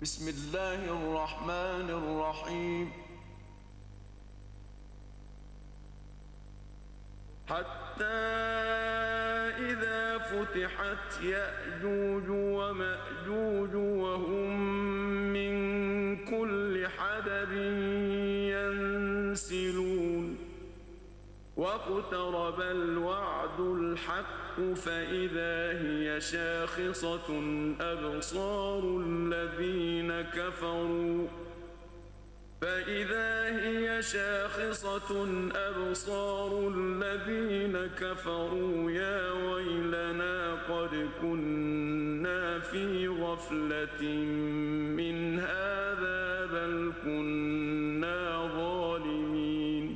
بسم الله الرحمن الرحيم. حتى إذا فتحت يأجوج ومأجوج وهم من كل حدب ينسلون واقترب الوعد الحق فإذا هي شاخصة أبصار الذين كفروا يا ويلنا قد كنا في غفلة من هذا بل كنا ظالمين.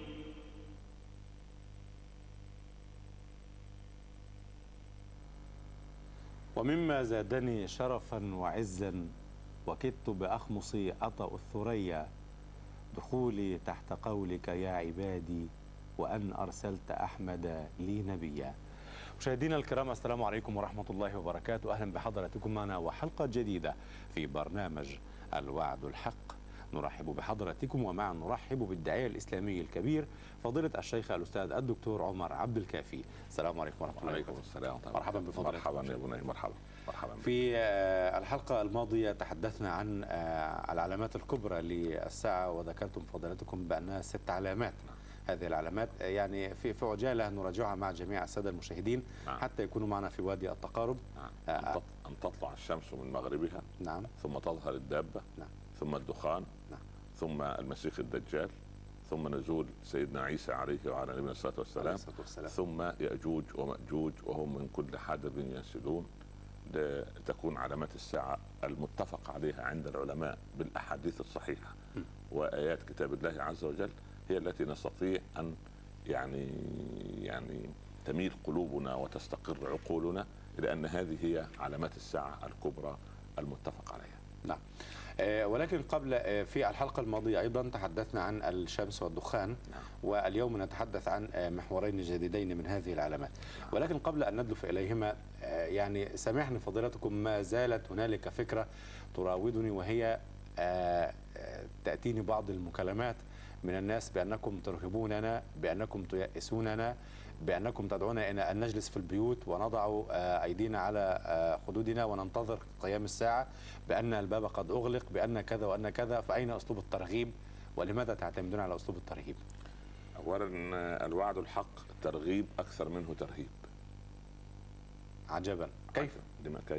ومما زادني شرفا وعزا وكدت بأخمصي أطأ الثريا دخولي تحت قولك يا عبادي وأن أرسلت أحمد لي نبيا. مشاهدينا الكرام، السلام عليكم ورحمة الله وبركاته. أهلا بحضراتكم معنا وحلقة جديدة في برنامج الوعد الحق. نرحب بحضراتكم ومعا نرحب بالداعية الإسلامي الكبير فضيلة الشيخ الأستاذ الدكتور عمر عبد الكافي. السلام عليكم ورحمة الله وبركاته. وعليكم السلام. مرحبا بفضيلتكم. مرحبا يا بني. مرحبا في الحلقة الماضية تحدثنا عن العلامات الكبرى للساعة وذكرتم فضيلتكم بأنها 6 علامات. هذه العلامات يعني في عجالة نراجعها مع جميع السادة المشاهدين حتى يكونوا معنا في وادي التقارب. أن تطلع الشمس من مغربها. نعم. ثم تظهر الدابة. نعم. ثم الدخان. نعم. ثم المسيح الدجال. ثم نزول سيدنا عيسى عليه وعلى نبينا الصلاة والسلام. ثم يأجوج ومأجوج وهم من كل حدب ينسلون. لتكون علامات الساعة المتفق عليها عند العلماء بالأحاديث الصحيحة وآيات كتاب الله عز وجل هي التي نستطيع أن يعني تميل قلوبنا وتستقر عقولنا إلى أن هذه هي علامات الساعة الكبرى المتفق عليها. نعم. ولكن قبل في الحلقة الماضية أيضا تحدثنا عن الشمس والدخان. نعم. واليوم نتحدث عن محورين جديدين من هذه العلامات. نعم. ولكن قبل أن ندلف إليهما يعني سامحني فضيلتكم، ما زالت هنالك فكرة تراودني وهي تأتيني بعض المكالمات من الناس بأنكم ترهبوننا، بأنكم تيأسوننا، بأنكم تدعونا إلى أن نجلس في البيوت ونضع أيدينا على خدودنا وننتظر قيام الساعة، بأن الباب قد أغلق، بأن كذا وأن كذا. فأين أسلوب الترغيب ولماذا تعتمدون على أسلوب الترهيب؟ أولا الوعد الحق ترغيب أكثر منه ترهيب. عجبا. كيف؟ لما كيف؟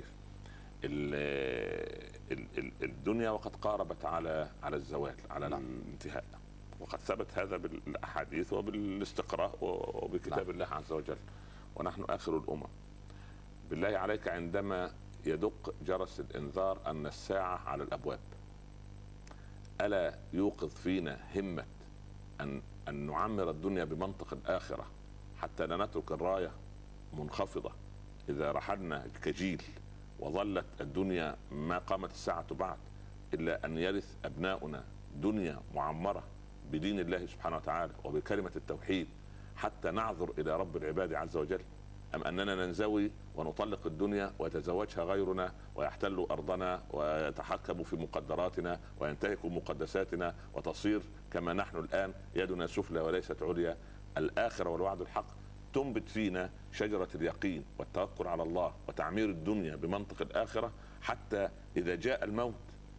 الدنيا وقد قاربت على الزوال، على الانتهاء، وقد ثبت هذا بالأحاديث وبالاستقراء وبكتاب الله عز وجل، ونحن آخر الأمم. بالله عليك عندما يدق جرس الإنذار أن الساعة على الأبواب، ألا يوقظ فينا همة أن نعمر الدنيا بمنطق الآخرة حتى لا نترك الراية منخفضة إذا رحلنا كجيل وظلت الدنيا ما قامت الساعة بعد إلا أن يرث أبناؤنا دنيا معمرة بدين الله سبحانه وتعالى وبكلمة التوحيد حتى نعذر إلى رب العباد عز وجل، أم أننا ننزوي ونطلق الدنيا ويتزوجها غيرنا ويحتلوا أرضنا ويتحكموا في مقدراتنا وينتهكوا مقدساتنا وتصير كما نحن الآن يدنا سفلى وليست عليا. الآخرة والوعد الحق تنبت فينا شجرة اليقين والتوكل على الله وتعمير الدنيا بمنطق الآخرة حتى إذا جاء الموت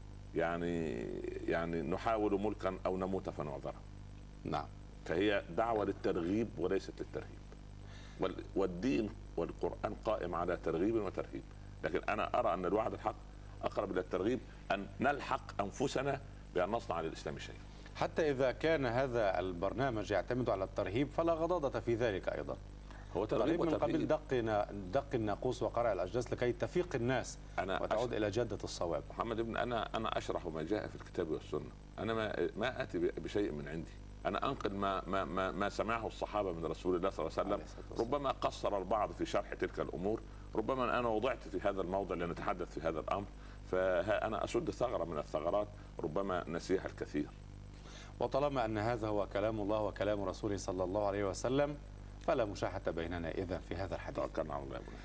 يعني نحاول ملكا أو نموت فنعذر. نعم. فهي دعوة للترغيب وليست للترهيب، والدين والقرآن قائم على ترغيب وترهيب، لكن أنا أرى أن الوعد الحق أقرب إلى الترغيب، أن نلحق أنفسنا بأن نصنع للإسلام شيء. حتى إذا كان هذا البرنامج يعتمد على الترهيب فلا غضاضة في ذلك أيضا. هو ترغيب من قبل دق الناقوس وقرع الأجداث لكي تفيق الناس وتعود إلى جادة الصواب. محمد ابن أنا أشرح ما جاء في الكتاب والسنة. أنا ما آتي بشيء من عندي، أنا أنقل ما سمعه الصحابة من رسول الله صلى الله عليه وسلم. ربما قصر البعض في شرح تلك الأمور، ربما أنا وضعت في هذا الموضع لنتحدث في هذا الأمر، فأنا أسد ثغرة من الثغرات ربما نسيها الكثير. وطالما أن هذا هو كلام الله وكلام رسوله صلى الله عليه وسلم فلا مشاحة بيننا إذن في هذا الحديث. توكلنا على الله.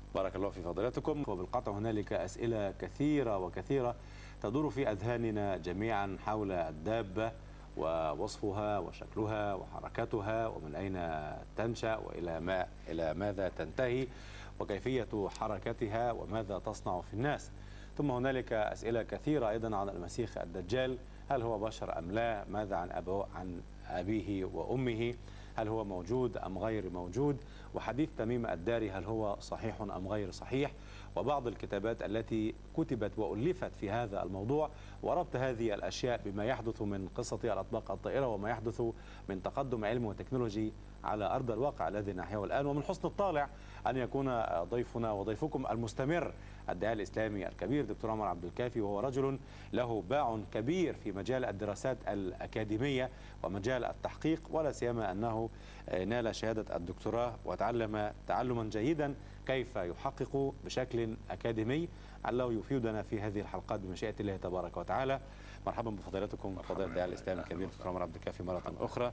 بارك الله في فضيلتكم. وبالقطع هنالك أسئلة كثيرة وكثيرة تدور في أذهاننا جميعا حول الدابة ووصفها وشكلها وحركتها ومن أين تنشأ إلى ماذا تنتهي وكيفية حركتها وماذا تصنع في الناس. ثم هنالك أسئلة كثيرة أيضا عن المسيح الدجال، هل هو بشر أم لا؟ ماذا عن أبيه وأمه؟ هل هو موجود أم غير موجود؟ وحديث تميم الداري هل هو صحيح أم غير صحيح؟ وبعض الكتابات التي كتبت وألفت في هذا الموضوع، وربط هذه الأشياء بما يحدث من قصة الأطباق الطائرة وما يحدث من تقدم علم وتكنولوجي على أرض الواقع الذي نحياه الآن. ومن حسن الطالع أن يكون ضيفنا وضيفكم المستمر الداعية الإسلامي الكبير دكتور عمر عبد الكافي، وهو رجل له باع كبير في مجال الدراسات الأكاديمية ومجال التحقيق، ولا سيما أنه نال شهادة الدكتوراه وتعلم تعلما جيدا كيف يحقق بشكل أكاديمي، علّه يفيدنا في هذه الحلقات بمشيئة الله تبارك وتعالى. مرحبا بفضيلتكم فضيلة الداعية الإسلامي الكبير دكتور عمر عبد الكافي مرة أخرى.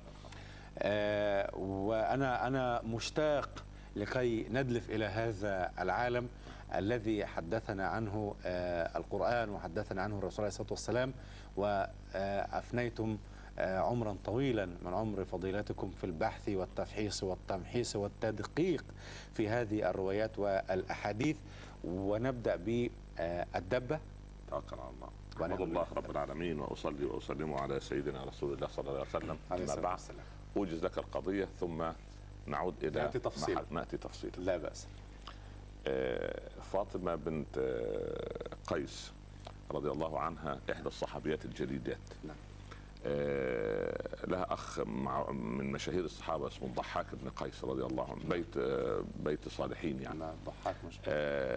وأنا مشتاق لكي ندلف إلى هذا العالم الذي حدثنا عنه القرآن وحدثنا عنه الرسول عليه الصلاة والسلام، وأفنيتم عمرا طويلا من عمر فضيلتكم في البحث والتفحيص والتمحيص والتدقيق في هذه الروايات والأحاديث. ونبدأ بالدبة. توكل على الله. أحمد الله رب العالمين وأصلي وأسلم على سيدنا رسول الله صلى الله عليه وسلم. أما بعد أوجز لك القضية ثم نعود إلى نأتي تفصيلا. لا بأس. فاطمة بنت قيس رضي الله عنها إحدى الصحابيات الجليلات. نعم. لها أخ من مشاهير الصحابة اسمه الضحاك بن قيس رضي الله عنه، بيت صالحين يعني. الضحاك مشهور.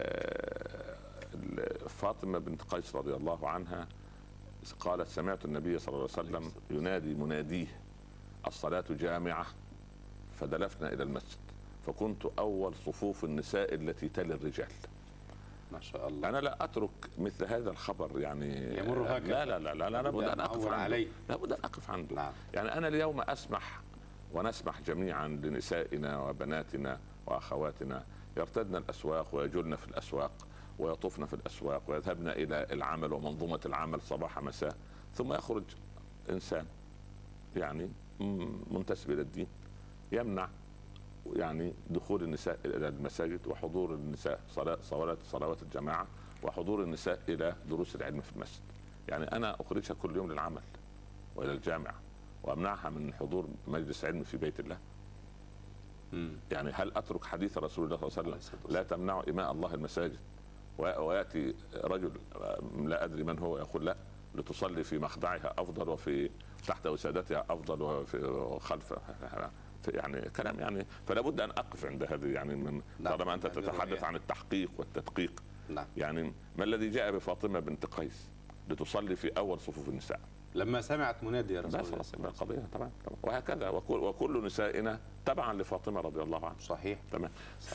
فاطمة بنت قيس رضي الله عنها قالت: سمعت النبي صلى الله عليه وسلم ينادي مناديه: الصلاة جامعة، فدلفنا إلى المسجد فكنت أول صفوف النساء التي تلي الرجال. ما شاء الله. أنا لا أترك مثل هذا الخبر يعني يمر هكذا. لا لابد أن أقف عنده. لابد أن أقف عنده. نعم. يعني أنا اليوم أسمح ونسمح جميعا لنسائنا وبناتنا وأخواتنا يرتدن الأسواق ويجلن في الأسواق ويطوفن في الأسواق ويذهبن إلى العمل ومنظومة العمل صباح مساء، ثم يخرج إنسان يعني منتسب إلى الدين يمنع يعني دخول النساء إلى المساجد وحضور النساء صلوات الجماعة وحضور النساء إلى دروس العلم في المسجد. يعني أنا أخرجها كل يوم للعمل وإلى الجامعة وأمنعها من حضور مجلس علم في بيت الله. يعني هل أترك حديث رسول الله صلى الله عليه وسلم لا تمنعوا إماء الله المساجد، ويأتي رجل لا أدري من هو يقول لا، لتصلي في مخدعها أفضل وفي تحت وسادتها أفضل وفي خلف، يعني كلام يعني. فلا بد ان اقف عند هذه يعني من طالما انت تتحدث عن التحقيق والتدقيق. نعم. يعني ما الذي جاء بفاطمه بنت قيس لتصلي في اول صفوف النساء لما سمعت منادي يا رسول الله؟ القضيه طبعا. وهكذا وكل نسائنا تبعا لفاطمه رضي الله عنها. صحيح. تمام.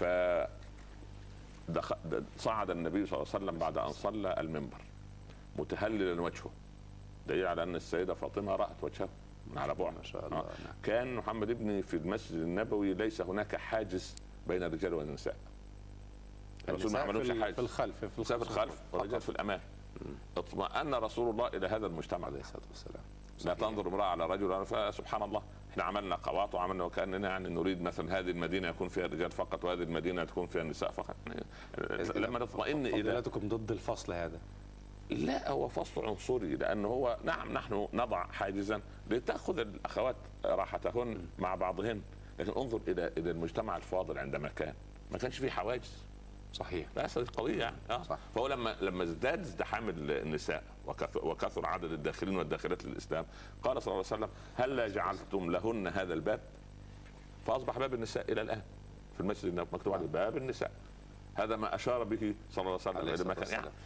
صعد النبي صلى الله عليه وسلم بعد ان صلى المنبر متهللا وجهه، دليل على ان السيده فاطمه رات وجهه من على بعد. ما شاء الله. كان محمد ابني في المسجد النبوي ليس هناك حاجز بين الرجال والنساء. الرسول ما عملوش حاجز. في الخلف والرجال في الامام. اطمأن رسول الله الى هذا المجتمع عليه الصلاه والسلام. لا تنظر امراه على رجل، فسبحان الله احنا عملنا قواط وعملنا وكاننا يعني نريد مثلا هذه المدينه يكون فيها الرجال فقط وهذه المدينه تكون فيها النساء فقط. لما نطمئن الى فضيلتكم ضد الفصل هذا؟ لا، هو فصل عنصري، لانه هو نعم نحن نضع حاجزا لتاخذ الاخوات راحتهن مع بعضهن، لكن انظر الى المجتمع الفاضل عندما ما كانش فيه حواجز. صحيح. لا قضيه يعني. صح. فهو لما ازداد ازدحام النساء وكثر عدد الداخلين والداخلات للاسلام، قال صلى الله عليه وسلم: هلا جعلتم لهن هذا الباب؟ فاصبح باب النساء الى الان في المسجد مكتوب على باب النساء. هذا ما اشار به صلى الله عليه وسلم الى ما كان يعني.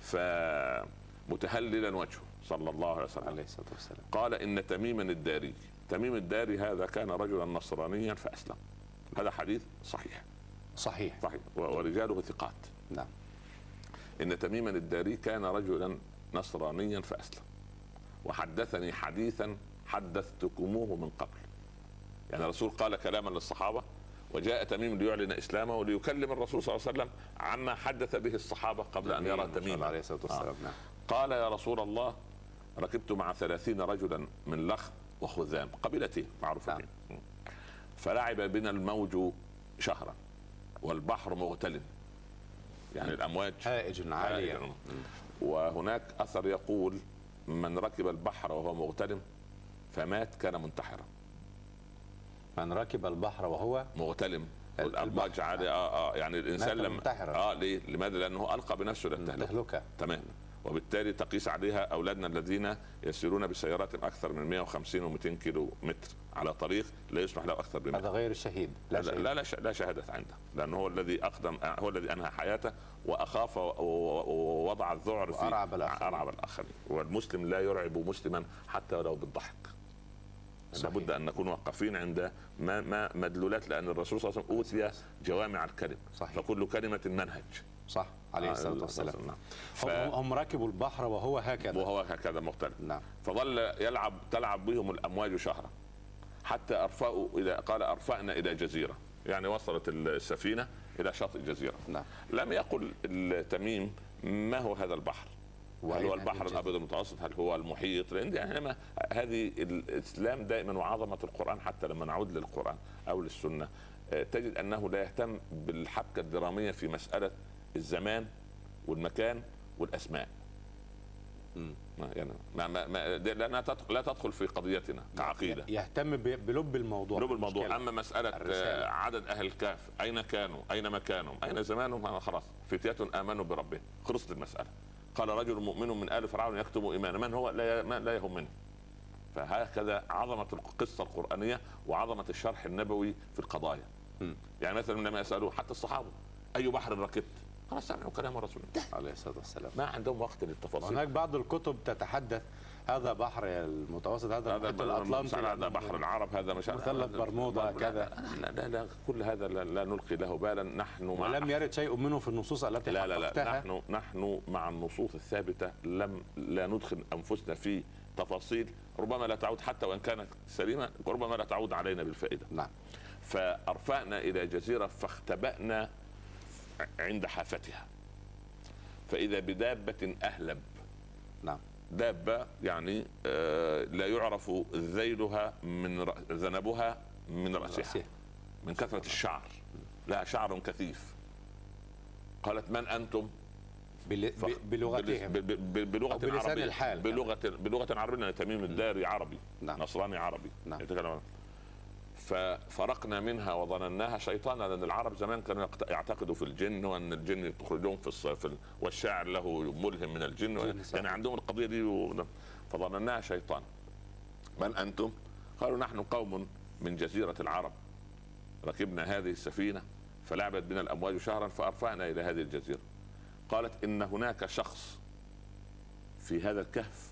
فمتهللا وجهه صلى الله عليه وسلم عليه الصلاة والسلام قال: إن تميما الداري، تميم الداري هذا كان رجلا نصرانيا فأسلم. هذا حديث صحيح ورجاله ثقات. نعم. إن تميما الداري كان رجلا نصرانيا فأسلم وحدثني حديثا حدثتكموه من قبل. يعني الرسول قال كلاما للصحابة وجاء تميم ليعلن اسلامه وليكلم الرسول صلى الله عليه وسلم عما حدث به الصحابه قبل ان يرى تميم عليه الصلاه والسلام. نعم. قال يا رسول الله ركبت مع 30 رجلا من لخم وخذام، قبيلتين معروفتين. نعم. فلعب بنا الموج شهرا والبحر مغتلم، يعني الامواج هائج عاليه. وهناك اثر يقول من ركب البحر وهو مغتلم فمات كان منتحرا. من ركب البحر وهو مغتلم والامواج عاليه يعني الانسان لما ليه؟ لماذا؟ لانه القى بنفسه للتهلكه. تمام. وبالتالي تقيس عليها اولادنا الذين يسيرون بسيارات اكثر من 150 و200 كيلو متر على طريق لا يسمح له اكثر بمتر. هذا غير الشهيد. لا شهاده عنده، لانه هو الذي اقدم، هو الذي انهى حياته واخاف ووضع الذعر في ارعب الاخرين. والمسلم لا يرعب مسلما حتى ولو بالضحك. لابد ان نكون واقفين عند ما مدلولات، لان الرسول صلى الله عليه وسلم اوتي جوامع الكلم. صحيح. فكل كلمه منهج. صح عليه الصلاه والسلام. هم ركبوا البحر وهو هكذا مختلف. نعم. فظل تلعب بهم الامواج شهرا حتى ارفأنا الى جزيره، يعني وصلت السفينه الى شاطئ جزيره. نعم. لم يقل التميم ما هو هذا البحر، هل هو البحر الابيض المتوسط، هل هو المحيط، يعني هذه الاسلام دائما وعظمه القران. حتى لما نعود للقران او للسنه تجد انه لا يهتم بالحبكه الدراميه في مساله الزمان والمكان والاسماء. يعني لانها لا تدخل في قضيتنا كعقيده. يهتم بلب الموضوع. اما مساله عدد اهل الكهف، اين كانوا، اين مكانهم، اين زمانهم، خلاص فتية امنوا بربهم، خلصت المساله. قال رجل مؤمن من آل فرعون يكتم إيمانه، من هو؟ لا يهمني. فهكذا عظمة القصة القرآنية وعظمة الشرح النبوي في القضايا. يعني مثلا لما يسألوه حتى الصحابة أي بحر ركبت؟ خلاص سمعوا كلام الرسول عليه الصلاة والسلام. ما عندهم وقت للتفاصيل. هناك بعض الكتب تتحدث هذا بحر المتوسط، هذا الأطلنطي، هذا بحر العرب، هذا مش مثلث برمودا كذا. لا كل هذا لا نلقي له بالا. نحن ولم يرد شيء منه في النصوص التي لا نحن مع النصوص الثابتة لا ندخل أنفسنا في تفاصيل ربما لا تعود، حتى وإن كانت سليمة ربما لا تعود علينا بالفائدة. نعم. فأرفعنا إلى جزيرة فاختبأنا عند حافتها فإذا بدابة أهلب. نعم. دابة يعني لا يعرف ذيلها من ذنبها من رأسها من كثرة الشعر، لها شعر كثيف. قالت من أنتم؟ بلغتهم، بلغة بلسان الحال، بلغة عربية. تميم الداري عربي. نعم. نصراني عربي. نعم. يتكلم. ففرقنا منها وظنناها شيطانا، لان العرب زمان كانوا يعتقدوا في الجن وان الجن يدخل لهم في الصيف، والشاعر له ملهم من الجن، يعني عندهم القضيه دي. فظنناها شيطان. من انتم؟ قالوا نحن قوم من جزيره العرب ركبنا هذه السفينه فلعبت بنا الامواج شهرا فارفعنا الى هذه الجزيره. قالت ان هناك شخص في هذا الكهف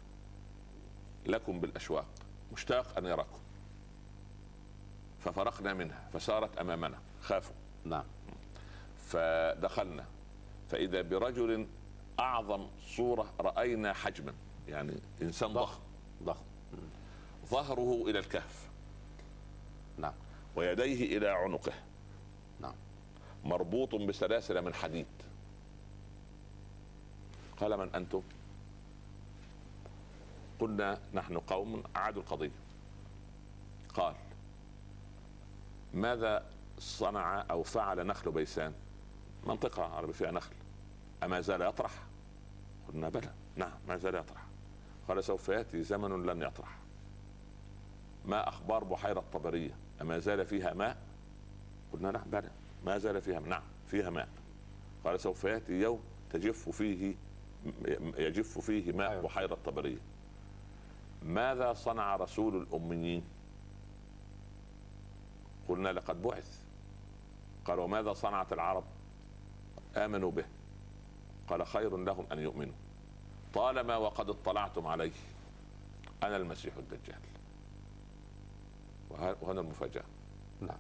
لكم بالاشواق مشتاق ان يراكم. ففرقنا منها فسارت امامنا، خافوا. نعم. فدخلنا فاذا برجل اعظم صوره راينا حجما، يعني انسان ضخم ظهره الى الكهف. نعم. ويديه الى عنقه. نعم. مربوط بسلاسل من حديد. قال من انتم؟ قلنا نحن قوم. اعادوا القضيه. قال ماذا صنع او فعل نخل بيسان؟ منطقه عربيه فيها نخل. اما زال يطرح؟ قلنا بلى. نعم ما زال يطرح. قال سوف ياتي زمن لن يطرح. ما اخبار بحيره طبريه؟ اما زال فيها ماء؟ قلنا نعم بلى ما زال فيها ماء. نعم فيها ماء. قال سوف ياتي يوم يجف فيه ماء بحيره طبريه. ماذا صنع رسول الاميين؟ قلنا لقد بعث. قال وماذا صنعت العرب؟ آمنوا به. قال خير لهم أن يؤمنوا طالما وقد اطلعتم عليه أنا المسيح الدجال. وهنا المفاجأة. نعم.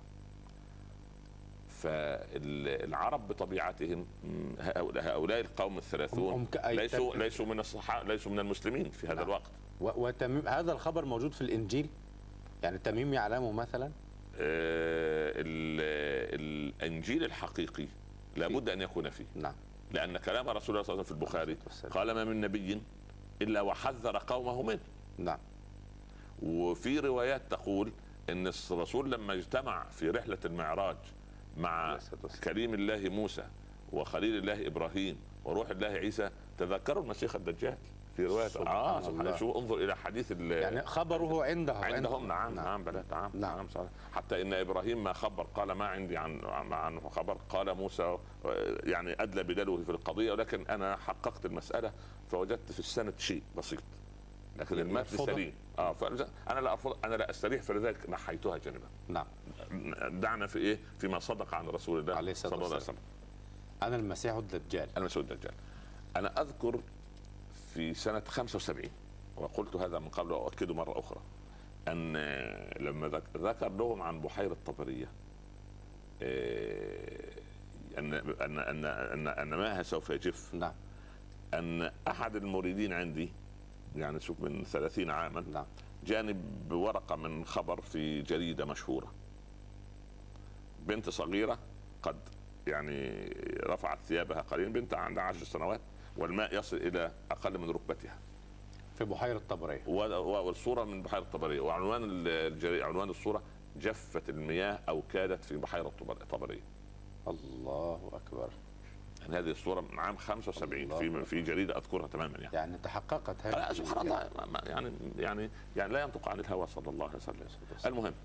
فالعرب بطبيعتهم هؤلاء القوم الثلاثون ليسوا من الصحابة، ليسوا من المسلمين في هذا الوقت. وتميم هذا الخبر موجود في الإنجيل؟ يعني تميم يعلمه مثلا؟ الانجيل الحقيقي لابد ان يكون فيه. نعم. لان كلام رسول الله صلى الله عليه وسلم في البخاري قال ما من نبي الا وحذر قومه منه. نعم. وفي روايات تقول ان الرسول لما اجتمع في رحله المعراج مع كريم الله موسى وخليل الله ابراهيم وروح الله عيسى تذكروا المسيح الدجال في روايه. سبحان شو انظر الى حديث يعني خبره عندهم. نعم بلى. نعم صحيح. حتى ان ابراهيم ما خبر قال ما عندي عن خبر، قال موسى يعني ادلى بدلوه في القضيه، ولكن انا حققت المساله فوجدت في السند شيء بسيط لكن المتن سليم. انا لا ارفض، انا لا استريح، فلذلك نحيتها جانبا. نعم. دعنا في ايه؟ فيما صدق عن رسول الله عليه الصلاه والسلام. انا المسيح الدجال. انا اذكر في سنه 75 وقلت هذا من قبل واؤكده مره اخرى ان لما ذكر لهم عن بحيره طبريه ان ماءها سوف يجف. نعم. ان احد المريدين عندي يعني شوف من 30 عاما. نعم. جانب بورقه من خبر في جريده مشهوره، بنت صغيره قد يعني رفعت ثيابها قليلا، بنت عندها 10 سنوات والماء يصل الى اقل من ركبتها في بحيره طبريه، والصوره من بحيره طبريه، وعنوان عنوان الصوره جفت المياه او كادت في بحيره طبريه. الله اكبر. يعني هذه الصوره من عام 75 في جريده اذكرها تماما يعني تحققت هذه. سبحان الله. يعني لا ينطق عن الهوى صلى الله عليه وسلم. المهم،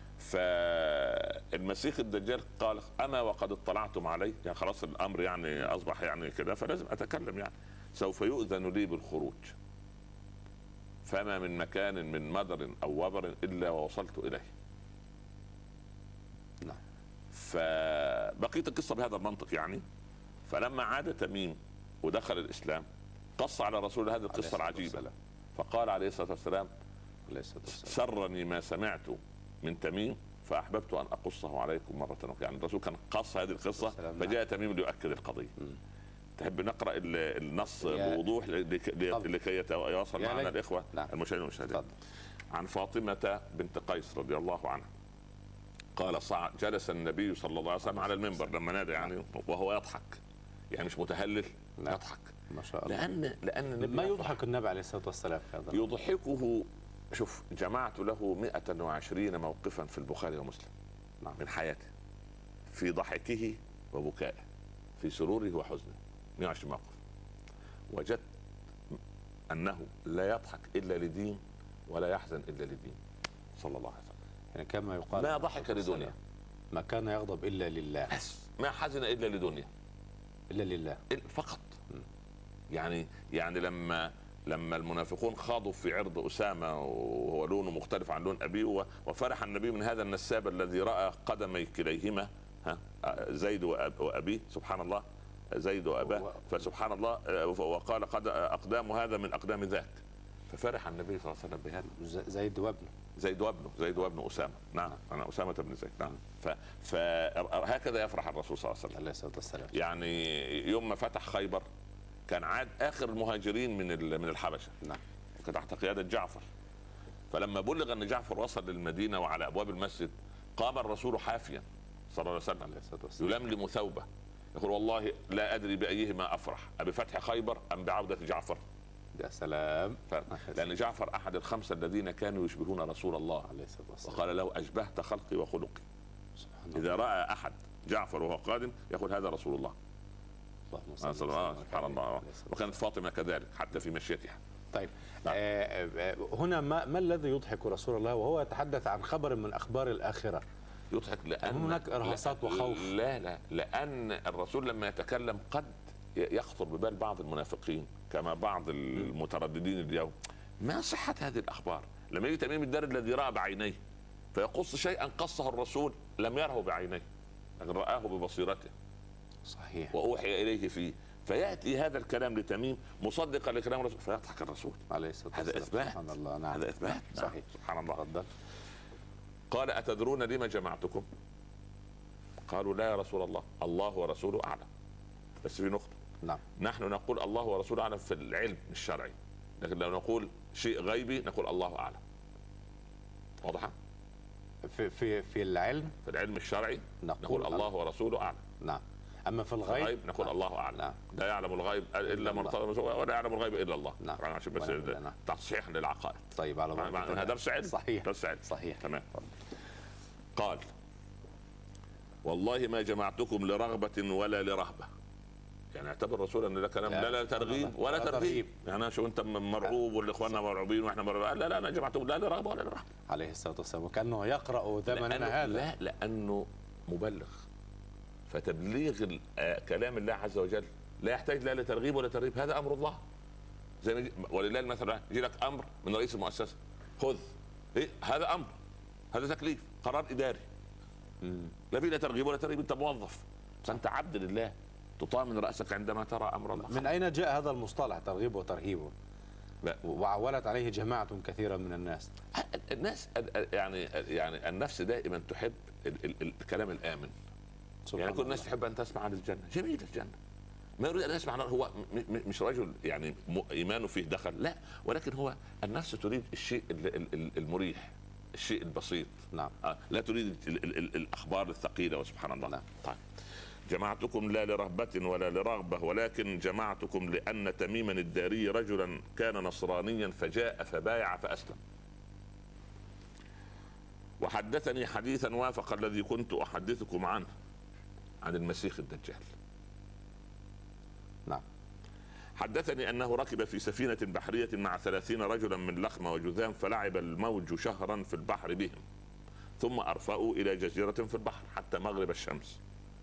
فالمسيح الدجال قال اما وقد اطلعتم علي، يعني خلاص الامر يعني اصبح يعني كذا فلازم اتكلم، يعني سوف يؤذن لي بالخروج فما من مكان من مدر او وبر الا ووصلت اليه. نعم. فبقيت القصه بهذا المنطق يعني. فلما عاد تميم ودخل الاسلام قص على رسول هذه القصه العجيبه، فقال عليه الصلاه والسلام سرني ما سمعت من تميم فاحببت ان اقصه عليكم مره اخرى. يعني الرسول كان قص هذه القصه فجاء تميم ليؤكد القضيه. تحب نقرا النص بوضوح لكي يتواصل معنا الاخوه المشاهدين والمشاهدات؟ عن فاطمه بنت قيس رضي الله عنها قال جلس النبي صلى الله عليه وسلم على المنبر لما نادى يعني وهو يضحك، يعني مش متهلل، يضحك ما شاء الله. لان ما يضحك النبي عليه الصلاه والسلام هذا يضحكه. شوف جمعت له 120 موقفا في البخاري ومسلم من حياته، في ضحكه وبكائه، في سروره وحزنه، 120 موقف. وجدت انه لا يضحك الا لدين ولا يحزن الا لدين صلى الله عليه وسلم. يعني كما يقال ما ضحك لدنيا، ما كان يغضب الا لله، ما حزن الا لدنيا، الا لله فقط. يعني لما المنافقون خاضوا في عرض اسامه وهو لونه مختلف عن لون ابيه، وفرح النبي من هذا النساب الذي راى قدمي كليهما زيد وابيه، سبحان الله، زيد واباه، فسبحان الله، وقال قد اقدام هذا من اقدام ذاك، ففرح النبي صلى الله عليه وسلم بهذا. زيد وابنه اسامه. نعم انا اسامه بن زيد. نعم. فهكذا يفرح الرسول صلى الله عليه وسلم عليه الصلاه والسلام. يعني يوم ما فتح خيبر كان عاد اخر المهاجرين من الحبشه. نعم. كان تحت قياده جعفر. فلما بلغ ان جعفر وصل للمدينه وعلى ابواب المسجد قام الرسول حافيا صلى الله عليه وسلم يلملم ثوبه يقول والله لا ادري بايهما افرح، ابفتح خيبر ام بعوده جعفر. يا سلام. لان جعفر احد الخمسه الذين كانوا يشبهون رسول الله عليه الصلاه والسلام، وقال له اشبهت خلقي وخلقي. اذا راى احد جعفر وهو قادم يقول هذا رسول الله. سبحان الله. وكانت فاطمه كذلك حتى في مشيتها. طيب هنا ما الذي يضحك رسول الله وهو يتحدث عن خبر من اخبار الاخره؟ يضحك لان هناك ارهاصات وخوف. لا لان الرسول لما يتكلم قد يخطر ببال بعض المنافقين كما بعض المترددين اليوم ما صحه هذه الاخبار. لما يجي تميم الداري الذي راى بعينيه فيقص شيئا قصه الرسول لم يره بعينيه لكن رآه ببصيرته. صحيح. واوحي اليه فيه، فياتي هذا الكلام لتميم مصدقا لكلام الرسول فيضحك الرسول عليه الصلاه والسلام. هذا اثبات. سبحان الله. نعم. هذا اثبات. صحيح. سبحان الله. تفضل. قال اتدرون لما جمعتكم؟ قالوا لا يا رسول الله، الله ورسوله اعلم. بس في نقطه. نعم. نحن نقول الله ورسوله اعلم في العلم الشرعي، لكن لو نقول شيء غيبي نقول الله اعلم. واضحه؟ في العلم، في العلم الشرعي نقول الله ورسوله اعلم. نعم. اما في الغيب نقول الله اعلم. نعم. لا يعلم الغيب الا من ارتضى ولا يعلم الغيب الا الله. نعم. عشان بس تصحيح للعقائد. طيب على هذا درس علم. صحيح. درس علم. صحيح. تمام. قال والله ما جمعتكم لرغبة ولا لرهبة. يعني اعتبر الرسول ان ده كلام لا ترغيب ولا ترهيب. يعني شو انت مرعوب والاخواننا مرعوبين واحنا مرعوبين؟ لا انا جمعتكم لا لرغبة ولا لرهبة. عليه الصلاة والسلام. وكانه يقرأ زمننا هذا. لا لانه مبلغ، فتبليغ كلام الله عز وجل لا يحتاج لا لترغيب ولا ترهيب. هذا امر الله. زي ما ولله مثلا يجي لك امر من رئيس المؤسسه، خذ. ايه هذا امر، هذا تكليف، قرار اداري. لا في لا ترغيب ولا ترهيب، انت موظف، فانت عبد لله تطاع من راسك عندما ترى امر الله. من اين جاء هذا المصطلح ترغيب وترهيب؟ لا. وعولت عليه جماعة كثيرة من الناس. يعني النفس دائما تحب الكلام الامن. يعني كل الناس تحب ان تسمع عن الجنه، جميل الجنه، ما يريد ان يسمع عنه. هو مش رجل يعني ايمانه فيه دخل، لا، ولكن هو النفس تريد الشيء المريح، الشيء البسيط. نعم. لا تريد الاخبار الثقيله. وسبحان الله. نعم. طيب جمعتكم لا لرهبة ولا لرغبة ولكن جمعتكم لأن تميما الداري رجلا كان نصرانيا فجاء فبايع فأسلم، وحدثني حديثا وافق الذي كنت أحدثكم عنه عن المسيح الدجال. نعم. حدثني أنه ركب في سفينة بحرية مع 30 رجلا من لخم وجذام، فلعب الموج شهرا في البحر بهم، ثم أرفأوا إلى جزيرة في البحر حتى مغرب الشمس،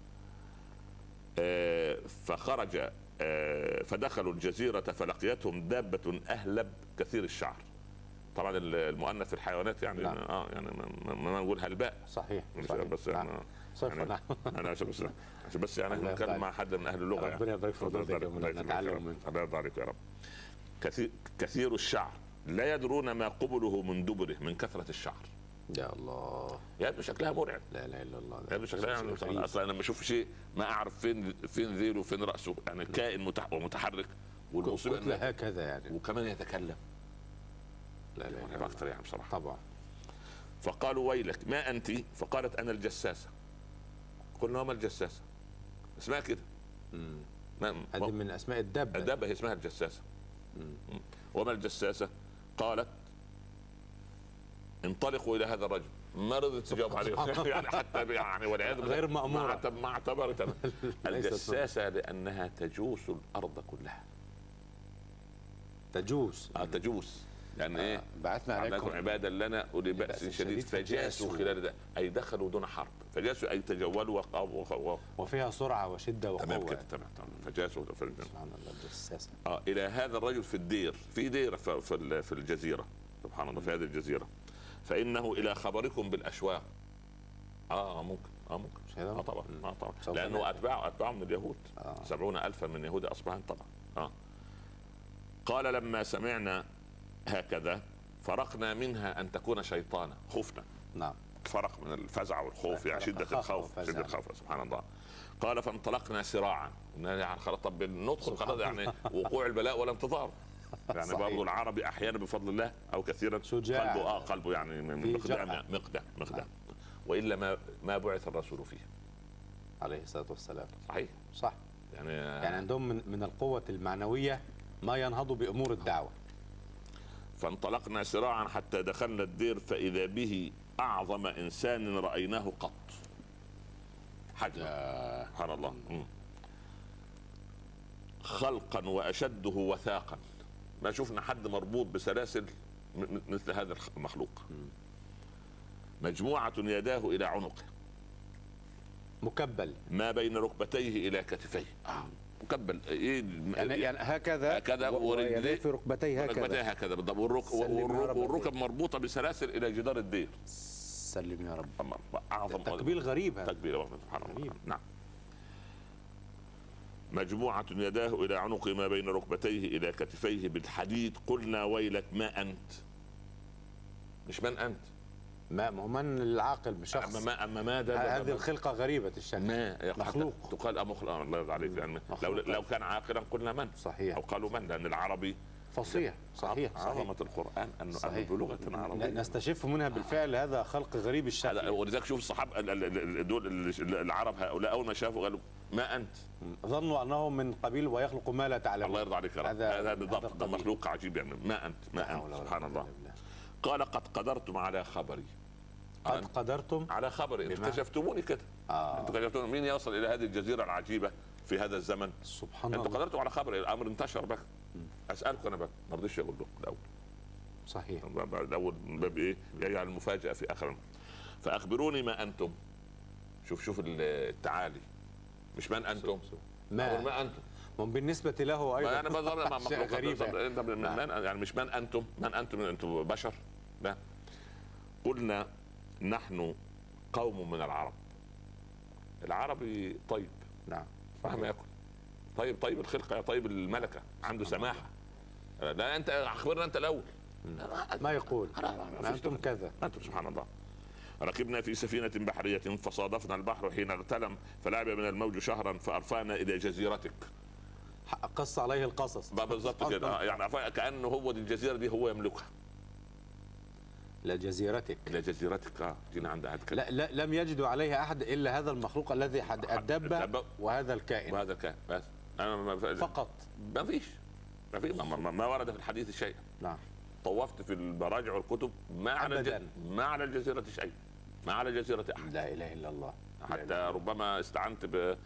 فخرج فدخلوا الجزيرة فلقيتهم دابة أهلب كثير الشعر. طبعا المؤنث في الحيوانات يعني نعم. يعني ما نقول هلباء. صحيح. بس نعم. يعني انا عشان بس يعني احنا نتكلم مع حد من اهل اللغه. ربنا يبارك في حضرتك ونتعلم منك. الله يرضى عليك يا رب. كثير الشعر لا يدرون ما قبله من دبره من كثرة الشعر. يا الله. يعني شكلها مرعب. لا اله الا الله. يعني شكلها يعني اصلا انا لما اشوف شيء ما اعرف فين ذيله وفين راسه، يعني كائن ومتحرك والمصيبه هكذا يعني، وكمان يتكلم. لا اله الا الله اكثر يعني بصراحه. طبعا. فقالوا ويلك ما انت؟ فقالت انا الجساسه. قلنا وما الجساسه؟ اسمها كده. هذه من اسماء الدابه. الدابه هي اسمها الجساسه. وما الجساسه؟ قالت انطلقوا الى هذا الرجل. ما رضت تجاوب عليه يعني حتى يعني والعياذ بالله غير مأمورة. ما اعتبرت الجساسه لانها تجوس الارض كلها. تجوس. تجوس يعني ايه؟ بعثنا عليكم عبادا لنا اولي بأس شديد فجاسوا خلال ده، اي دخلوا دون حرب. فجاسوا اي تجولوا وفيها سرعه وشده وقوه. تمام كده. تمام. فجاسوا سبحان الله الجساسه. الى هذا الرجل في الدير، في دير في الجزيره، سبحان الله، في هذه الجزيره، فانه الى خبركم بالاشواق. ممكن طبعا. لانه اتباعه من اليهود. 70,000 من يهود اصبحان طبعا. قال لما سمعنا هكذا فرقنا منها ان تكون شيطانا. خفنا. نعم. فرق من الفزع والخوف، يعني شده الخوف. شده الخوف. سبحان الله. قال فانطلقنا سراعا. طب ندخل خلاص، يعني وقوع البلاء والانتظار. يعني برضه العربي احيانا بفضل الله او كثيرا شجاع. قلبه يعني مقدام. والا ما بعث الرسول فيه عليه الصلاه والسلام. صحيح. صح. يعني عندهم من القوه المعنويه ما ينهض بامور الدعوه. فانطلقنا سراعا حتى دخلنا الدير فاذا به اعظم انسان رايناه قط حجما. سبحان الله. خلقا واشده وثاقا. ما شفنا حد مربوط بسلاسل مثل هذا المخلوق. مجموعة يداه إلى عنقه، مكبل ما بين ركبتيه إلى كتفيه. مكبل يعني هكذا ورجليه في ركبتيه هكذا بالضبط، والركب مربوطة بسلاسل إلى جدار الدير. سلم يا رب. أعظم تكبيل غريب هذا. تكبير سبحان الله. نعم. مجموعة يداه إلى عنقه ما بين ركبتيه إلى كتفيه بالحديد. قلنا ويلك ما أنت. مش من أنت، ما هو من العاقل بشخص. أما ما ده هذه الخلقة غريبة الشكل. مخلوق. تقال مخلوق. الله يرضى عليك. يعني لو كان عاقلا قلنا من. صحيح. أو قالوا من، لأن العربي فصيح صحيح. عظمه القران انه بلغه عربيه نستشف منها بالفعل هذا خلق غريب الشكل. ولذلك شوف الصحابه دول العرب هؤلاء اول ما شافوا قالوا ما انت، ظنوا انه من قبيل ويخلق ما لا تعلمون. الله يرضى عليك يا رب. هذا بالضبط، ده مخلوق عجيب يعني. ما انت سبحان الله. قال قد قدرتم على خبري. قد قدرتم على خبري، انتم اكتشفتموني كده. انتم اكتشفتموني. مين يصل الى هذه الجزيره العجيبه في هذا الزمن؟ سبحان الله. انتم قدرتم على خبري، الامر انتشر بقى. اسالكم انا بقى، ما رضيش اقول لكم الاول. صحيح. الاول من باب ايه؟ يجعل المفاجاه في اخر. فاخبروني ما انتم. شوف التعالي، مش من انتم، ما انتم. بالنسبه له ايضا انا بظهر مع مخلوقات غريبه يعني مش من انتم، انتم بشر. لا، قلنا نحن قوم من العرب. العربي طيب، نعم، مهما يكن طيب الخلقه، طيب الملكه، عنده سماحه. لا انت اخبرنا انت الاول. ما يقول انتم كذا. انتم سبحان الله. ركبنا في سفينة بحرية فصادفنا البحر حين اغتلم فلعب من الموج شهرا فأرفعنا إلى جزيرتك. قص عليه القصص بالضبط كده. يعني كأنه هو دي الجزيرة دي هو يملكها. لجزيرتك جينا عند أحد لا لم يجدوا عليها أحد إلا هذا المخلوق الذي الدبة وهذا الكائن بس. فقط. ما ورد في الحديث شيء. نعم. طوفت في المراجع والكتب ما على الجزيرة شيء، ما على الجزيرة أحد. لا إله إلا الله. حتى ربما استعنت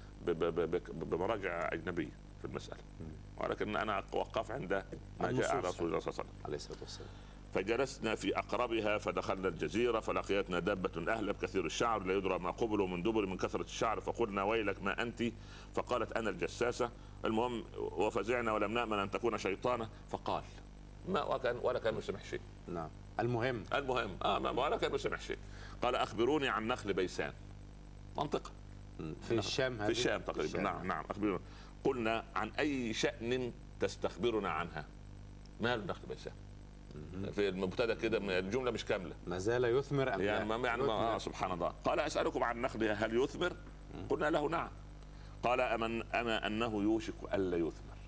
بمراجع أجنبية في المسألة، ولكن أنا وقف عند ما جاء رسول الله صلى الله عليه وسلم. فجلسنا في أقربها فدخلنا الجزيرة فلقيتنا دابة أهلب كثير الشعر لا يدرى ما قبل من دبر من كثرة الشعر فقلنا ويلك ما أنت؟ فقالت أنا الجساسة. المهم وفزعنا ولم نأمن أن تكون شيطانة. فقال ما ولا كان مسمح شيء. نعم. المهم ولا كان مسمح شيء. قال أخبروني عن نخل بيسان. منطقة في الشام. في الشام تقريبا. نعم أخبروني. قلنا عن أي شأن تستخبرنا عنها؟ ما هو نخل بيسان؟ في المبتدا كده الجمله مش كامله. ما زال يثمر ام يعني سبحان الله. قال اسالكم عن نخلها هل يثمر؟ قلنا له نعم. قال اما انه يوشك الا يثمر.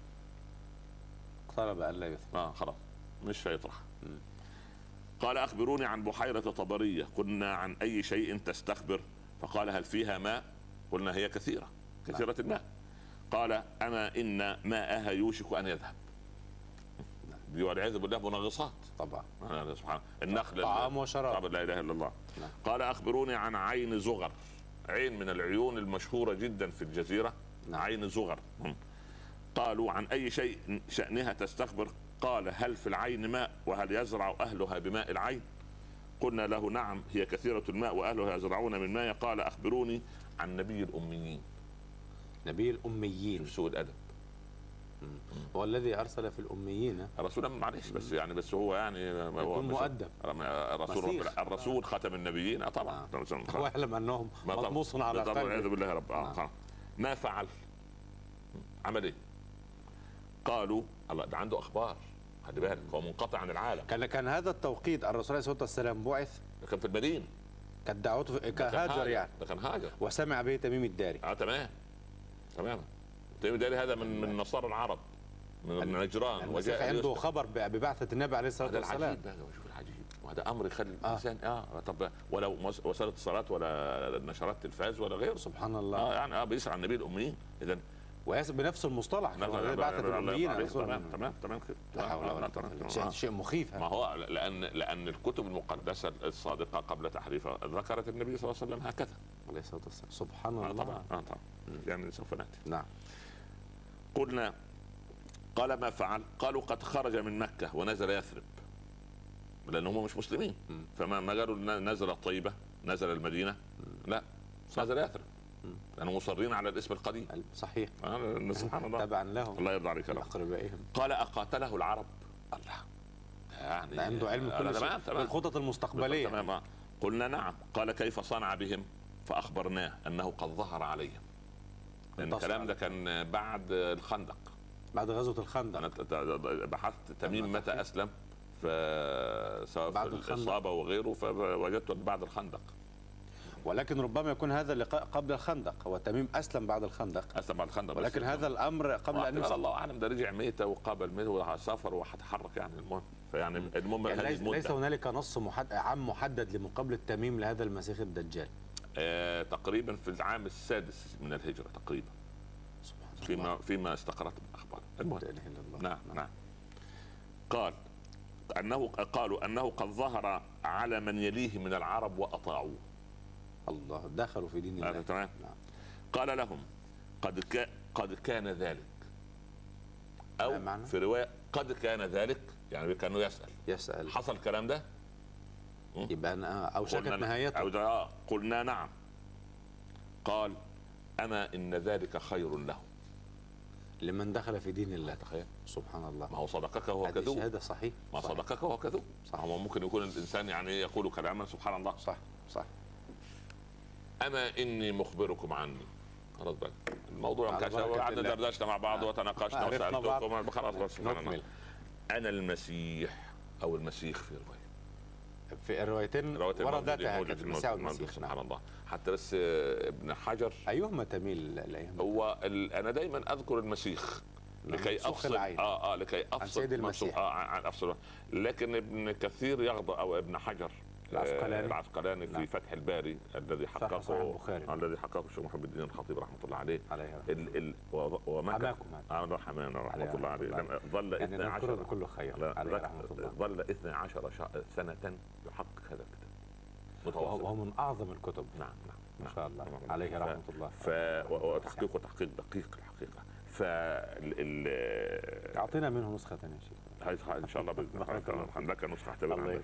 اقترب الا يثمر. خلاص مش هيطرح. قال اخبروني عن بحيره طبريه. قلنا عن اي شيء تستخبر؟ فقال هل فيها ماء؟ قلنا هي كثيره الماء. قال اما ان ماءها يوشك ان يذهب. والعياذ بالله منغصات طبعا. سبحان النخل طعام وشراب. لا اله الا الله. قال اخبروني عن عين زغر. عين من العيون المشهوره جدا في الجزيره. عين زغر. قالوا عن اي شيء شانها تستخبر؟ قال هل في العين ماء وهل يزرع اهلها بماء العين؟ قلنا له نعم هي كثيره الماء واهلها يزرعون من ماء. قال اخبروني عن نبي الاميين. نبي الاميين. سوء الادب. هو الذي ارسل في الاميين رسولا. معلش بس هو يعني يكون مؤدب. الرسول خاتم النبيين طبعا. هو يعلم انهم مطموس على قلبه. والعياذ بالله رب. ما فعل؟ عمل ايه؟ قالوا الله ده عنده اخبار، خلي بالك هو منقطع عن العالم. كان هذا التوقيت الرسول عليه الصلاه والسلام بعث، كان في المدينه، كانت دعوته كهاجر يعني. ده كان هاجر وسمع به تميم الداري. تمام تميم الداري هذا من نصارى العرب من نجران. وجاء عنده خبر ببعثة النبي عليه الصلاه والسلام. العجيب بقى، شوف العجيب، وهذا امر يخلي الانسان طب ولا وسائل اتصالات ولا نشرات تلفاز ولا غيره. سبحان الله. يعني بيسعى النبي الاميين. اذا بنفس المصطلح بعثة الاميين. تمام كده. لا حول ولا قوه. شيء مخيف. ما هو لان الكتب المقدسه الصادقه قبل تحريفها ذكرت النبي صلى الله عليه وسلم هكذا عليه الصلاه والسلام. سبحان الله. طبعا يعني سوف ناتي. نعم. قلنا قال ما فعل؟ قالوا قد خرج من مكه ونزل يثرب، لان هم مش مسلمين. فما قالوا نزل طيبه نزل المدينه، لا نزل يثرب لانهم مصرين على الاسم القديم. صحيح. سبحان الله. تبعا لهم. الله يرضى عليك. قال اقاتله العرب؟ الله يعني عنده علم كل شيء، الخطط المستقبليه. تمام. قلنا نعم. قال كيف صنع بهم؟ فاخبرناه انه قد ظهر عليهم. لان الكلام ده كان بعد الخندق، بعد غزوه الخندق. انا بحثت تميم متى اسلم، سواء في الاصابه وغيره، فوجدته بعد الخندق. ولكن ربما يكون هذا اللقاء قبل الخندق، هو تميم أسلم بعد الخندق، اسلم بعد الخندق، ولكن هذا الأمر قبل أن يسلم. الله اعلم، ده رجع ميته وقابل ميته وسافر وهتحرك يعني. المهم فيعني المهم يعني ليس هنالك نص عام محدد لمقابلة تميم لهذا المسيح الدجال. تقريبا في العام السادس من الهجرة تقريبا، فيما استقرت الأخبار. المهم نعم. قالوا أنه قد ظهر على من يليه من العرب وأطاعوه. الله، دخلوا في دين الله. تمام. قال لهم قد كان ذلك، أو في رواية قد كان ذلك، يعني كانوا يسأل حصل الكلام ده، يبقى أوشكت نهايته. قلنا نعم. قال أما إن ذلك خير له لمن دخل في دين الله. تخيل، سبحان الله. ما هو صدقك وهو كذوب. هذا صحيح. ما صدقك وهو كذوب. هو ممكن يكون الإنسان يعني يقول كلاما سبحان الله. صح. أما إني مخبركم عني. خلاص بقى الموضوع انكشف، وقعدنا دردشنا مع بعض وتناقشنا وسألتكم خلاص. سبحان الله. أنا المسيح أو المسيح في الروايتين وردت هكذا. سبحان الله. حتى بس ابن حجر أيهما تميل الأيام؟ هو أنا دايما أذكر المسيح لكي أفصل لكي أفصل عن سيد المسيح. عن أفصل. لكن ابن كثير يغضب، أو ابن حجر العسقلاني في فتح الباري الذي حققه الشيخ محمد الدين الخطيب رحمه الله عليه. ومكث رحمه الله عليه ظل 12 كله خير. ظل 12 سنة يحقق هذا الكتاب متواصل، وهو من أعظم الكتب. نعم ما شاء الله عليه رحمة الله. وتحقيقه تحقيق دقيق الحقيقة. أعطينا منه نسخة ثانية يا شيخ ان شاء الله باذن الله. لك نسخه اعتبرها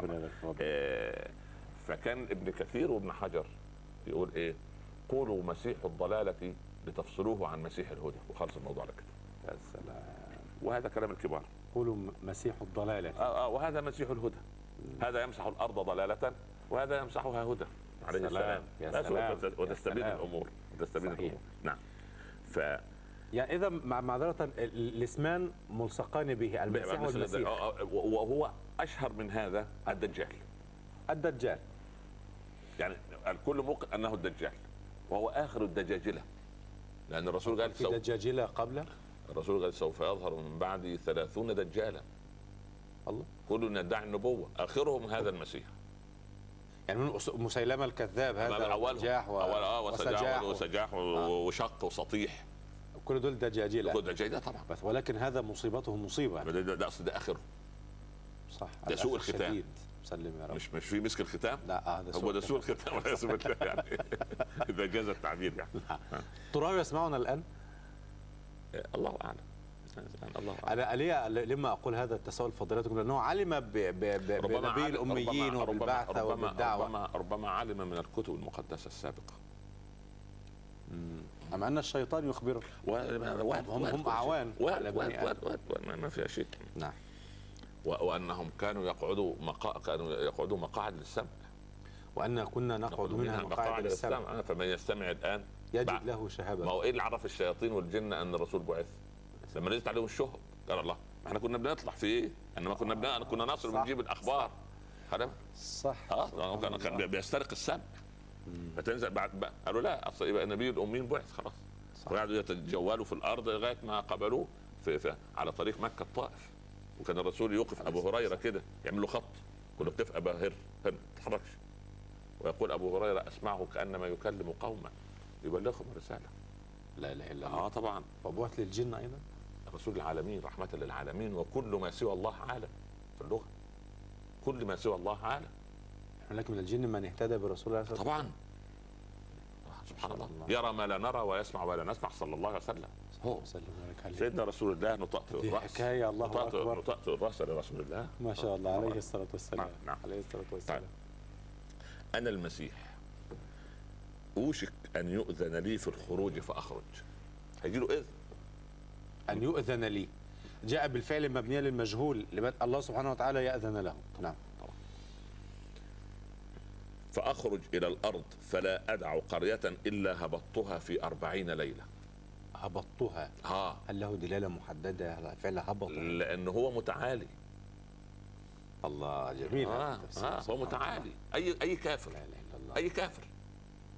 فكان ابن كثير وابن حجر يقول ايه؟ قولوا مسيح الضلاله لتفصلوه عن مسيح الهدى، وخلص الموضوع على كده. يا سلام. وهذا كلام الكبار. قولوا مسيح الضلاله. وهذا مسيح الهدى. هذا يمسح الارض ضلاله وهذا يمسحها هدى عليه السلام. وتستبين الامور. نعم. يعني إذا معذرة الاسمان ملصقان به، المسيح والمسيح. وهو أشهر من هذا الدجال. يعني الكل موقن أنه الدجال، وهو آخر الدجاجلة، لأن الرسول قال في دجاجلة قبله. الرسول قال سوف يظهر من بعد 30 دجالا. الله. كل يدعي النبوة، آخرهم هذا المسيح. يعني مسيلمة الكذاب هذا وسجاح وسجاح وشق وسطيح، كل دول دجاجلة. كل دجاجلة طبعا. بس ولكن هذا مصيبته مصيبة. ده أصل ده آخره. صح. ده سوء الختام. سلم يا رب. مش في مسك الختام. لا هذا هو ده سوء الختام والعياذ بالله يعني. إذا جاز التعبير يعني. ترى يسمعنا الآن؟ الله أعلم. أنا لما أقول هذا التساؤل فضيلتكم لأنه علم بنبي الأميين وبالبعثة وبالدعوة. ربما علم من الكتب المقدسة السابقة. أم أن الشيطان يخبره. هم أعوان على بني آدم. ما فيها شيء. نعم. وأنهم كانوا يقعدوا مقاعد للسمع، وأن كنا نقعد منها مقاعد للسمع. فمن يستمع الآن يجد له شهابة. ما هو إيه اللي عرف الشياطين والجن أن الرسول بعث؟ لما نزلت عليهم الشهب قال الله احنا كنا بنطلع في ايه؟ انما كنا نصر ونجيب الاخبار. صح. كان بيسترق السمع. فتنزل بعد قالوا لا اصل يبقى النبي الاميين بعث خلاص. وقعدوا يتجولوا في الارض لغايه ما قبلوه في على طريق مكه الطائف. وكان الرسول يوقف ابو هريره كده يعمل له خط، يقول له بتبقى باهر ما تتحركش، ويقول ابو هريره اسمعه كانما يكلم قوما يبلغهم رساله. لا اله الا الله. طبعا. وبعث للجن ايضا. رسول العالمين رحمة للعالمين، وكل ما سوى الله عالم في اللغة. كل ما سوى الله عالم. ولكن من الجن من اهتدى برسول الله طبعا. سبحان الله. يرى ما لا نرى ويسمع ما لا نسمع صلى الله عليه وسلم. سيدنا رسول الله نطأت الرأس. حكاية الله أكبر. نطأت الرأس لرسول الله. ما شاء الله عليه الصلاة والسلام. نعم. عليه الصلاة والسلام. أنا المسيح أوشك أن يؤذن لي في الخروج فأخرج. هيجي له إذن أن يؤذن لي، جاء بالفعل مبنية للمجهول، الله سبحانه وتعالى يأذن له. نعم. فأخرج إلى الأرض فلا أدع قرية إلا هبطتها في 40 ليلة. هبطتها. هل له دلالة محددة على فعل هبط؟ لأنه هو متعالي. الله جميل. هو متعالي. أي كافر. لا إله إلا الله. أي كافر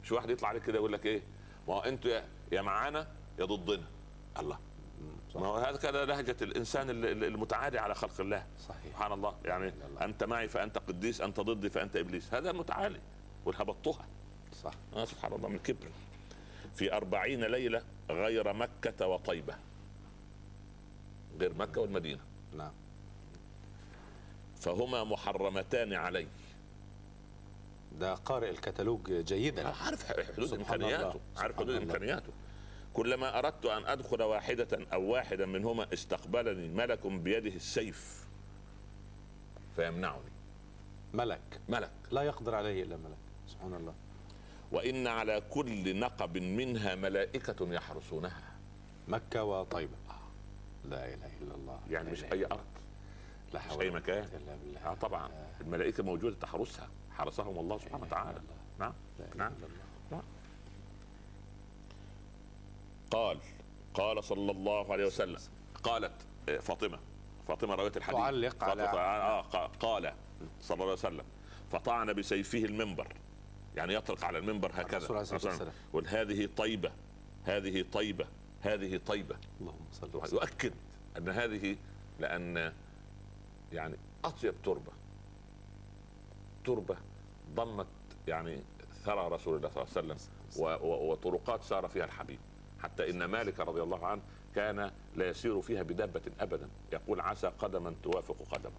شو واحد يطلع عليك كده يقول لك ايه، ما هو انتوا يا معانا يا ضدنا. الله، ما هو هذا كده لهجه الانسان المتعالي على خلق الله. صحيح. سبحان الله، يعني انت معي فانت قديس، انت ضدي فانت ابليس، هذا المتعالي والهبطها. صح. سبحان الله من كبر. في 40 ليله غير مكه وطيبه، غير مكه والمدينه. نعم. فهما محرمتان علي. ده قارئ الكتالوج جيدا، عارف حدود امكانياته، عارف حدود امكانياته. كلما اردت ان ادخل واحده او واحدا منهما استقبلني ملك بيده السيف فيمنعني. ملك لا يقدر عليه الا ملك. سبحان الله. وان على كل نقب منها ملائكه يحرسونها. مكه وطيبه. لا اله الا الله. يعني مش اي ارض، لا مش اي مكان. الا بالله. طبعا الملائكه موجوده تحرسها، حرسهم الله سبحانه وتعالى. نعم نعم. قال صلى الله عليه وسلم، قالت فاطمه رواه الحديث تعلق على قال صلى الله عليه وسلم: فطعن بسيفه المنبر، يعني يطرق على المنبر هكذا، يقول هذه طيبه، هذه طيبه، هذه طيبه. اللهم صل وسلم. يؤكد ان هذه، لان يعني اطيب تربه ضمت يعني ثرى رسول الله صلى الله عليه وسلم وطرقات سار فيها الحبيب، حتى ان مالك رضي الله عنه كان لا يسير فيها بدابه ابدا، يقول عسى قدما توافق قدما.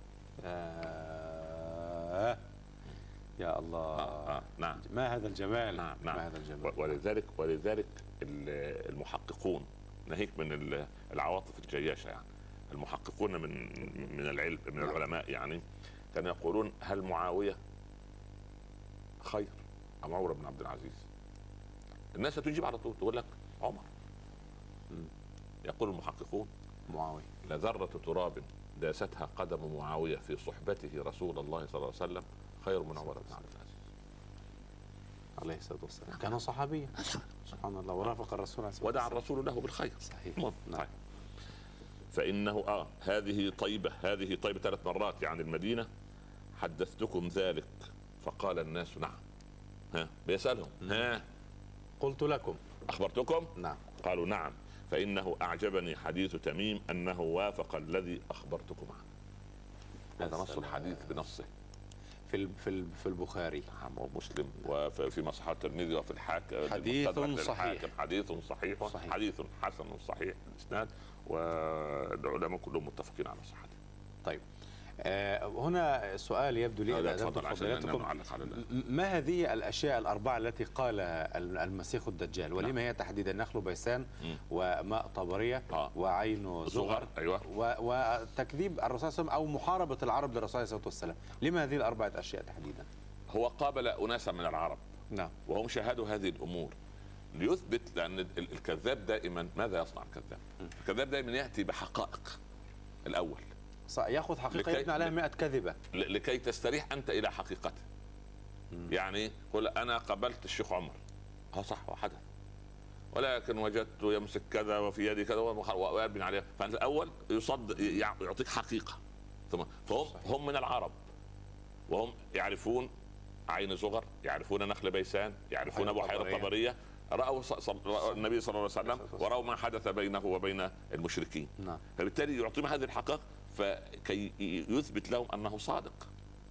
يا الله. نعم. ما هذا الجمال. نعم. ما هذا الجمال. ولذلك المحققون، ناهيك من العواطف الجياشه، يعني المحققون من العلم، من العلماء، يعني كانوا يقولون: هل معاويه خير ام عمر بن عبد العزيز؟ الناس تجيب على طول تقول لك عمر. يقول المحققون: معاويه لذره تراب داستها قدم معاويه في صحبته رسول الله صلى الله عليه وسلم خير من عمر بن عبد العزيز عليه الصلاه والسلام. كان صحابيا. سبحان الله. ورافق الرسول عليه الصلاه والسلام، ودعا الرسول له بالخير. صحيح. نعم. فانه هذه طيبه 3 مرات، يعني المدينه. حدثتكم ذلك فقال الناس نعم. بيسالهم: قلت لكم، اخبرتكم؟ نعم. قالوا نعم. فانه اعجبني حديث تميم انه وافق الذي اخبرتكم عنه. هذا نص الحديث بنصه في البخاري ومسلم وفي مصحف الترمذي وفي الحاكم. حديث صحيح، حديث صحيح، حديث حسن صحيح الاسناد، والعلماء كلهم متفقين على صحته. طيب، هنا سؤال يبدو لي فضيلتكم: ما هذه الاشياء الاربعه التي قال المسيح الدجال، ولما هي تحديدا؟ نخل بيسان، وماء طبريه، وعين زغر، أيوة. وتكذيب الرسول صلى الله عليه وسلم او محاربه العرب للرسول صلى الله عليه وسلم. لما هذه الاربعه اشياء تحديدا؟ هو قابل اناسا من العرب، نعم، وهم شاهدوا هذه الامور ليثبت، لان الكذاب دائما ماذا يصنع الكذاب؟ الكذاب دائما ياتي بحقائق الاول، ياخذ حقيقه يبني عليها 100 كذبه لكي تستريح انت الى حقيقته. يعني قل انا قبلت الشيخ عمر، صح وحدث، ولكن وجدته يمسك كذا وفي يدي كذا ويبني عليها. فانت الاول يعطيك حقيقه، فهم من العرب، وهم يعرفون عين زغر، يعرفون نخل بيسان، يعرفون بحيره طبريه، رأوا النبي صلى الله عليه وسلم، ورأوا ما حدث بينه وبين المشركين. فبالتالي يعطيهم هذه الحقائق فكي يثبت لهم أنه صادق،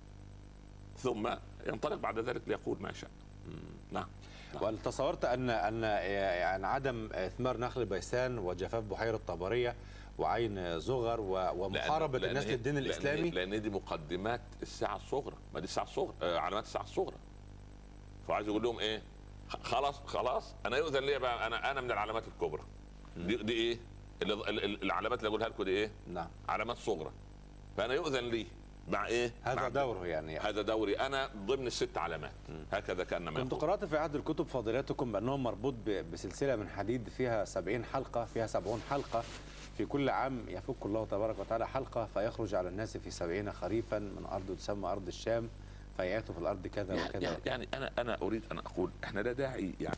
ثم ينطلق بعد ذلك ليقول ما شاء. نعم. وهل تصورت أن يعني عدم إثمار نخل بيسان وجفاف بحيرة طبرية وعين زغر ومحاربة الناس للدين الإسلامي؟ لأن دي مقدمات الساعة الصغرى، ما دي الساعة الصغرى، علامات الساعة الصغرى. فعايز يقول لهم إيه؟ خلاص انا يؤذن لي بقى، انا من العلامات الكبرى. دي ايه العلامات اللي اقولها لكم دي؟ ايه؟ نعم، علامات صغرى. فانا يؤذن لي مع ايه؟ هذا دوره، يعني هذا دوري انا ضمن ال6 علامات. هكذا كان ما كنت قرأت في عهد الكتب فضيلتكم بانه مربوط بسلسله من حديد فيها 70 حلقه، فيها 70 حلقه، في كل عام يفك الله تبارك وتعالى حلقه فيخرج على الناس في 70 خريفا من ارض تسمى ارض الشام، فياتوا في الارض كذا وكذا. يعني انا اريد ان اقول احنا لا داعي يعني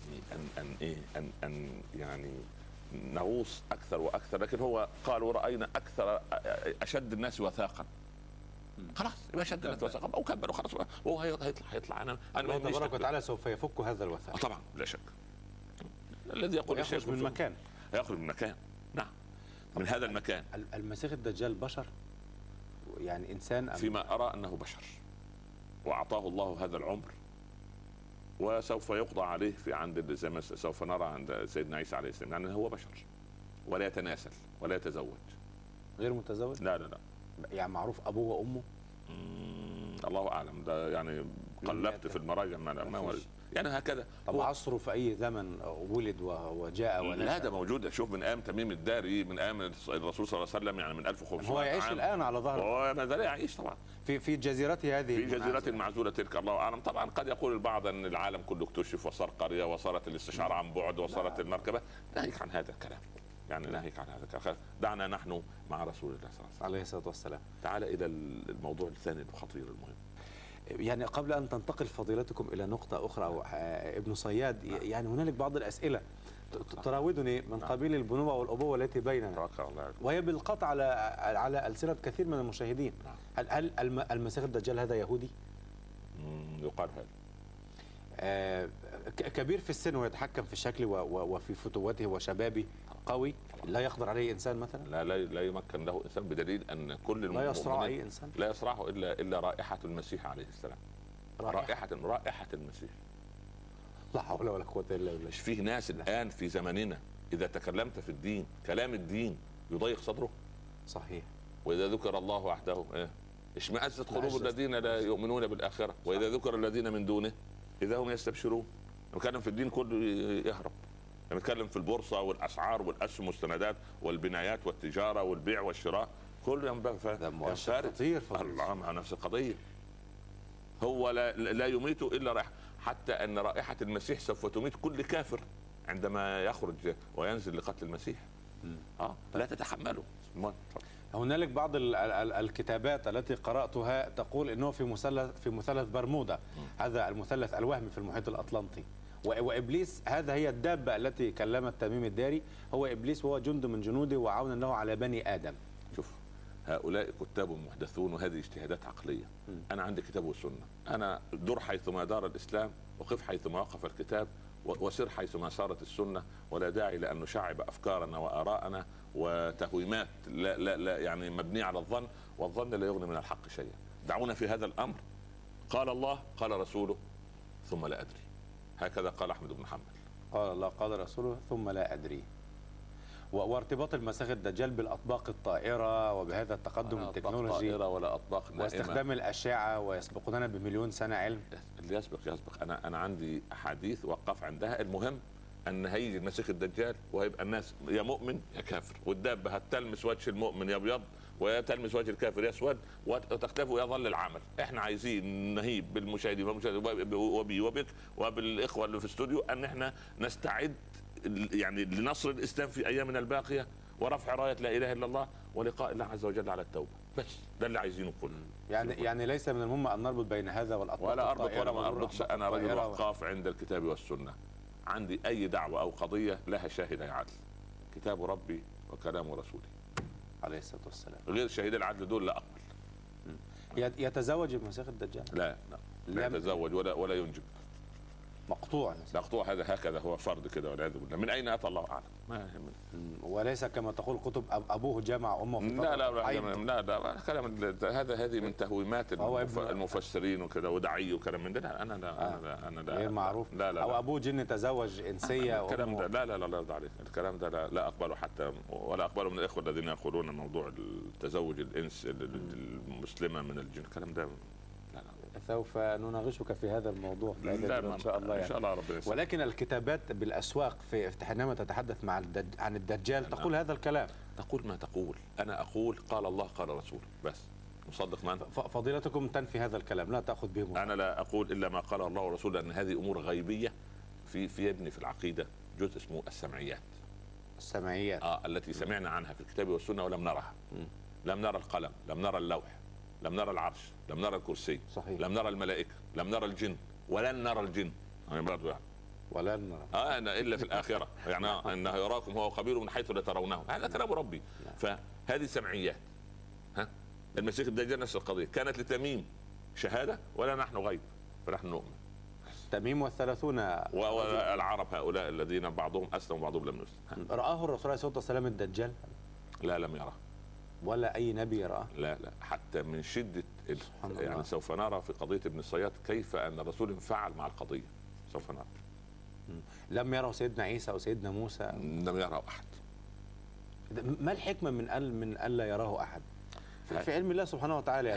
ان يعني نغوص اكثر واكثر، لكن هو قال: ورأينا اشد الناس وثاقا. خلاص يبقى شد وثاق او كبر وخلاص، وهو هيطلع. انا الله تبارك وتعالى سوف يفك هذا الوثاق. طبعا لا شك. الذي يقول يخرج من مكان، يخرج من مكان، نعم، من هذا المكان. المسيح الدجال بشر يعني انسان فيما ارى انه بشر، واعطاه الله هذا العمر، وسوف يقضى عليه في عند زي ما سوف نرى عند سيدنا عيسى عليه السلام، يعني هو بشر ولا يتناسل ولا يتزوج. غير متزوج؟ لا لا لا. يعني معروف ابوه وامه؟ الله اعلم، ده يعني قلبت في المراجع ما ولد يعني هكذا. طب عصره في اي زمن ولد وجاء ونشأ؟ لا ده موجود، شوف من ايام تميم الداري، من ايام الرسول صلى الله عليه وسلم، يعني من 1500 هو يعيش الان على ظهره، هو ما زال يعيش طبعا في جزيرته هذه، في جزيرة المعزولة تلك. الله اعلم. طبعا قد يقول البعض ان العالم كله اكتشف وصار قرية وصارت الاستشعار عن بعد وصارت المركبة. ناهيك عن هذا الكلام، يعني ناهيك عن هذا الكلام. دعنا نحن مع رسول الله صلى الله عليه وسلم عليه الصلاة والسلام. تعال الى الموضوع الثاني الخطير المهم. يعني قبل أن تنتقل فضيلتكم إلى نقطة أخرى أو ابن صياد، يعني هنالك بعض الأسئلة تراودني من قبيل البنوة والأبوة التي بيننا، وهي بالقطع على ألسنة كثير من المشاهدين. هل المسيح الدجال هذا يهودي؟ يقال هذا. كبير في السن ويتحكم في الشكل وفي فتوته وشبابه، قوي لا يقدر عليه انسان مثلا؟ لا يمكن له انسان، بدليل ان كل المؤمنين لا يصرع اي انسان، لا يصرعه الا رائحه المسيح عليه السلام. رائحه المسيح. لا حول ولا قوه الا بالله. مش فيه ناس الان في زمننا اذا تكلمت في الدين كلام الدين يضيق صدره؟ صحيح. واذا ذكر الله وحده اشمئزت قلوب الذين لا يؤمنون بالاخره، واذا ذكر الذين من دونه اذا هم يستبشرون. نتكلم في الدين كله يهرب، نتكلم في البورصه والاسعار والاسهم والسندات والبنايات والتجاره والبيع والشراء كله ينبغي. ده مؤشر خطير. الله مع نفس القضيه. هو لا يميت الا رائحه، حتى ان رائحه المسيح سوف تميت كل كافر عندما يخرج وينزل لقتل المسيح. لا تتحمله. هنالك بعض الكتابات التي قرأتها تقول انه في مثلث برمودا، هذا المثلث الوهمي في المحيط الاطلنطي، وابليس هذا هي الدابه التي كلمت تميم الداري، هو ابليس وهو جند من جنوده وعونا له على بني ادم. شوف هؤلاء كتاب محدثون وهذه اجتهادات عقليه. انا عندي كتاب والسنه، انا دور حيثما دار الاسلام وقف حيثما وقف الكتاب وسر حيثما سارت السنه، ولا داعي لان نشعب افكارنا واراءنا وتهويمات لا يعني مبنيه على الظن، والظن لا يغني من الحق شيئا. دعونا في هذا الامر، قال الله قال رسوله ثم لا ادري. هكذا قال احمد بن حنبل. قال الله قال رسوله ثم لا ادري. وارتباط المسيح الدجال بالاطباق الطائره وبهذا التقدم التكنولوجي ولا اطباق نائمه واستخدام الاشعه ويسبقوننا بمليون سنه علم. اللي يسبق. انا عندي احاديث وقف عندها. المهم ان هيجي المسيح الدجال وهيبقى الناس يا مؤمن يا كافر، والدابه هتلمس وجه المؤمن يا ابيض وتلمس وجه الكافر يا اسود وتختلف ويظل العمل. احنا عايزين نهيب بالمشاهدين وبي وبك وبالاخوه اللي في الاستوديو ان احنا نستعد يعني لنصر الاسلام في ايامنا الباقيه ورفع رايه لا اله الا الله ولقاء الله عز وجل على التوبه. بس ده اللي عايزينه كله. يعني ليس من المهم ان نربط بين هذا والاطباق ولا اربط ولا ما اربطش. انا رجل وقاف عند الكتاب والسنه. عندي اي دعوه او قضيه لها شاهد عدل، كتاب ربي وكلام رسولي عليه الصلاه والسلام. غير شاهد العدل دول لا اقبل. يتزوج المسيح الدجال؟ لا يتزوج ولا ينجب. مقطوع هذا هكذا هو فرض كده والعياذ بالله. من اين اتى الله اعلم. ما يهمني. وليس كما تقول كتب ابوه جمع امه في لا كلام هذه من تهويمات المفسرين وكذا ودعي وكلام من ده. انا لا غير معروف. لا او ابوه جن تزوج انسيه. الكلام ده لا عليك. الكلام ده لا اقبله حتى، ولا اقبله من الاخوه الذين يقولون موضوع التزوج الانس المسلمه من الجن. الكلام ده سوف نناقشك في هذا الموضوع ان شاء الله. ان شاء الله ربنا يسلمك. ولكن الكتابات بالاسواق حينما تتحدث عن الدجال تقول هذا الكلام. تقول ما تقول. انا اقول قال الله قال رسوله بس. مصدق من فضيلتكم تنفي هذا الكلام، لا تاخذ به مصدق. انا لا اقول الا ما قال الله ورسوله، لان هذه امور غيبيه في ابني في العقيده جزء اسمه السمعيات. التي سمعنا عنها في الكتاب والسنه ولم نرها. لم نرى القلم، لم نرى اللوح، لم نرى العرش، لم نرى الكرسي. صحيح. لم نرى الملائكه، لم نرى الجن، ولن نرى الجن. ولن نرى الا في الاخره. يعني انه يراكم هو خبير من حيث لا ترونه. هذا كلام ربي. فهذه سمعيات. المسيح الدجال نفس القضيه، كانت لتميم شهاده ولا نحن غيب، فنحن نؤمن. تميم والثلاثون والعرب هؤلاء الذين بعضهم اسلم وبعضهم لم يسلم. رآه الرسول عليه الصلاة والسلام الدجال؟ لا لم يراه. ولا أي نبي رآه؟ لا حتى من شدة يعني سوف نرى في قضية ابن الصياد كيف أن الرسول انفعل مع القضية، سوف نرى. لم يروا سيدنا عيسى أو سيدنا موسى؟ لم يراه أحد. ما الحكمة من ألا يراه أحد؟ في علم الله سبحانه وتعالى.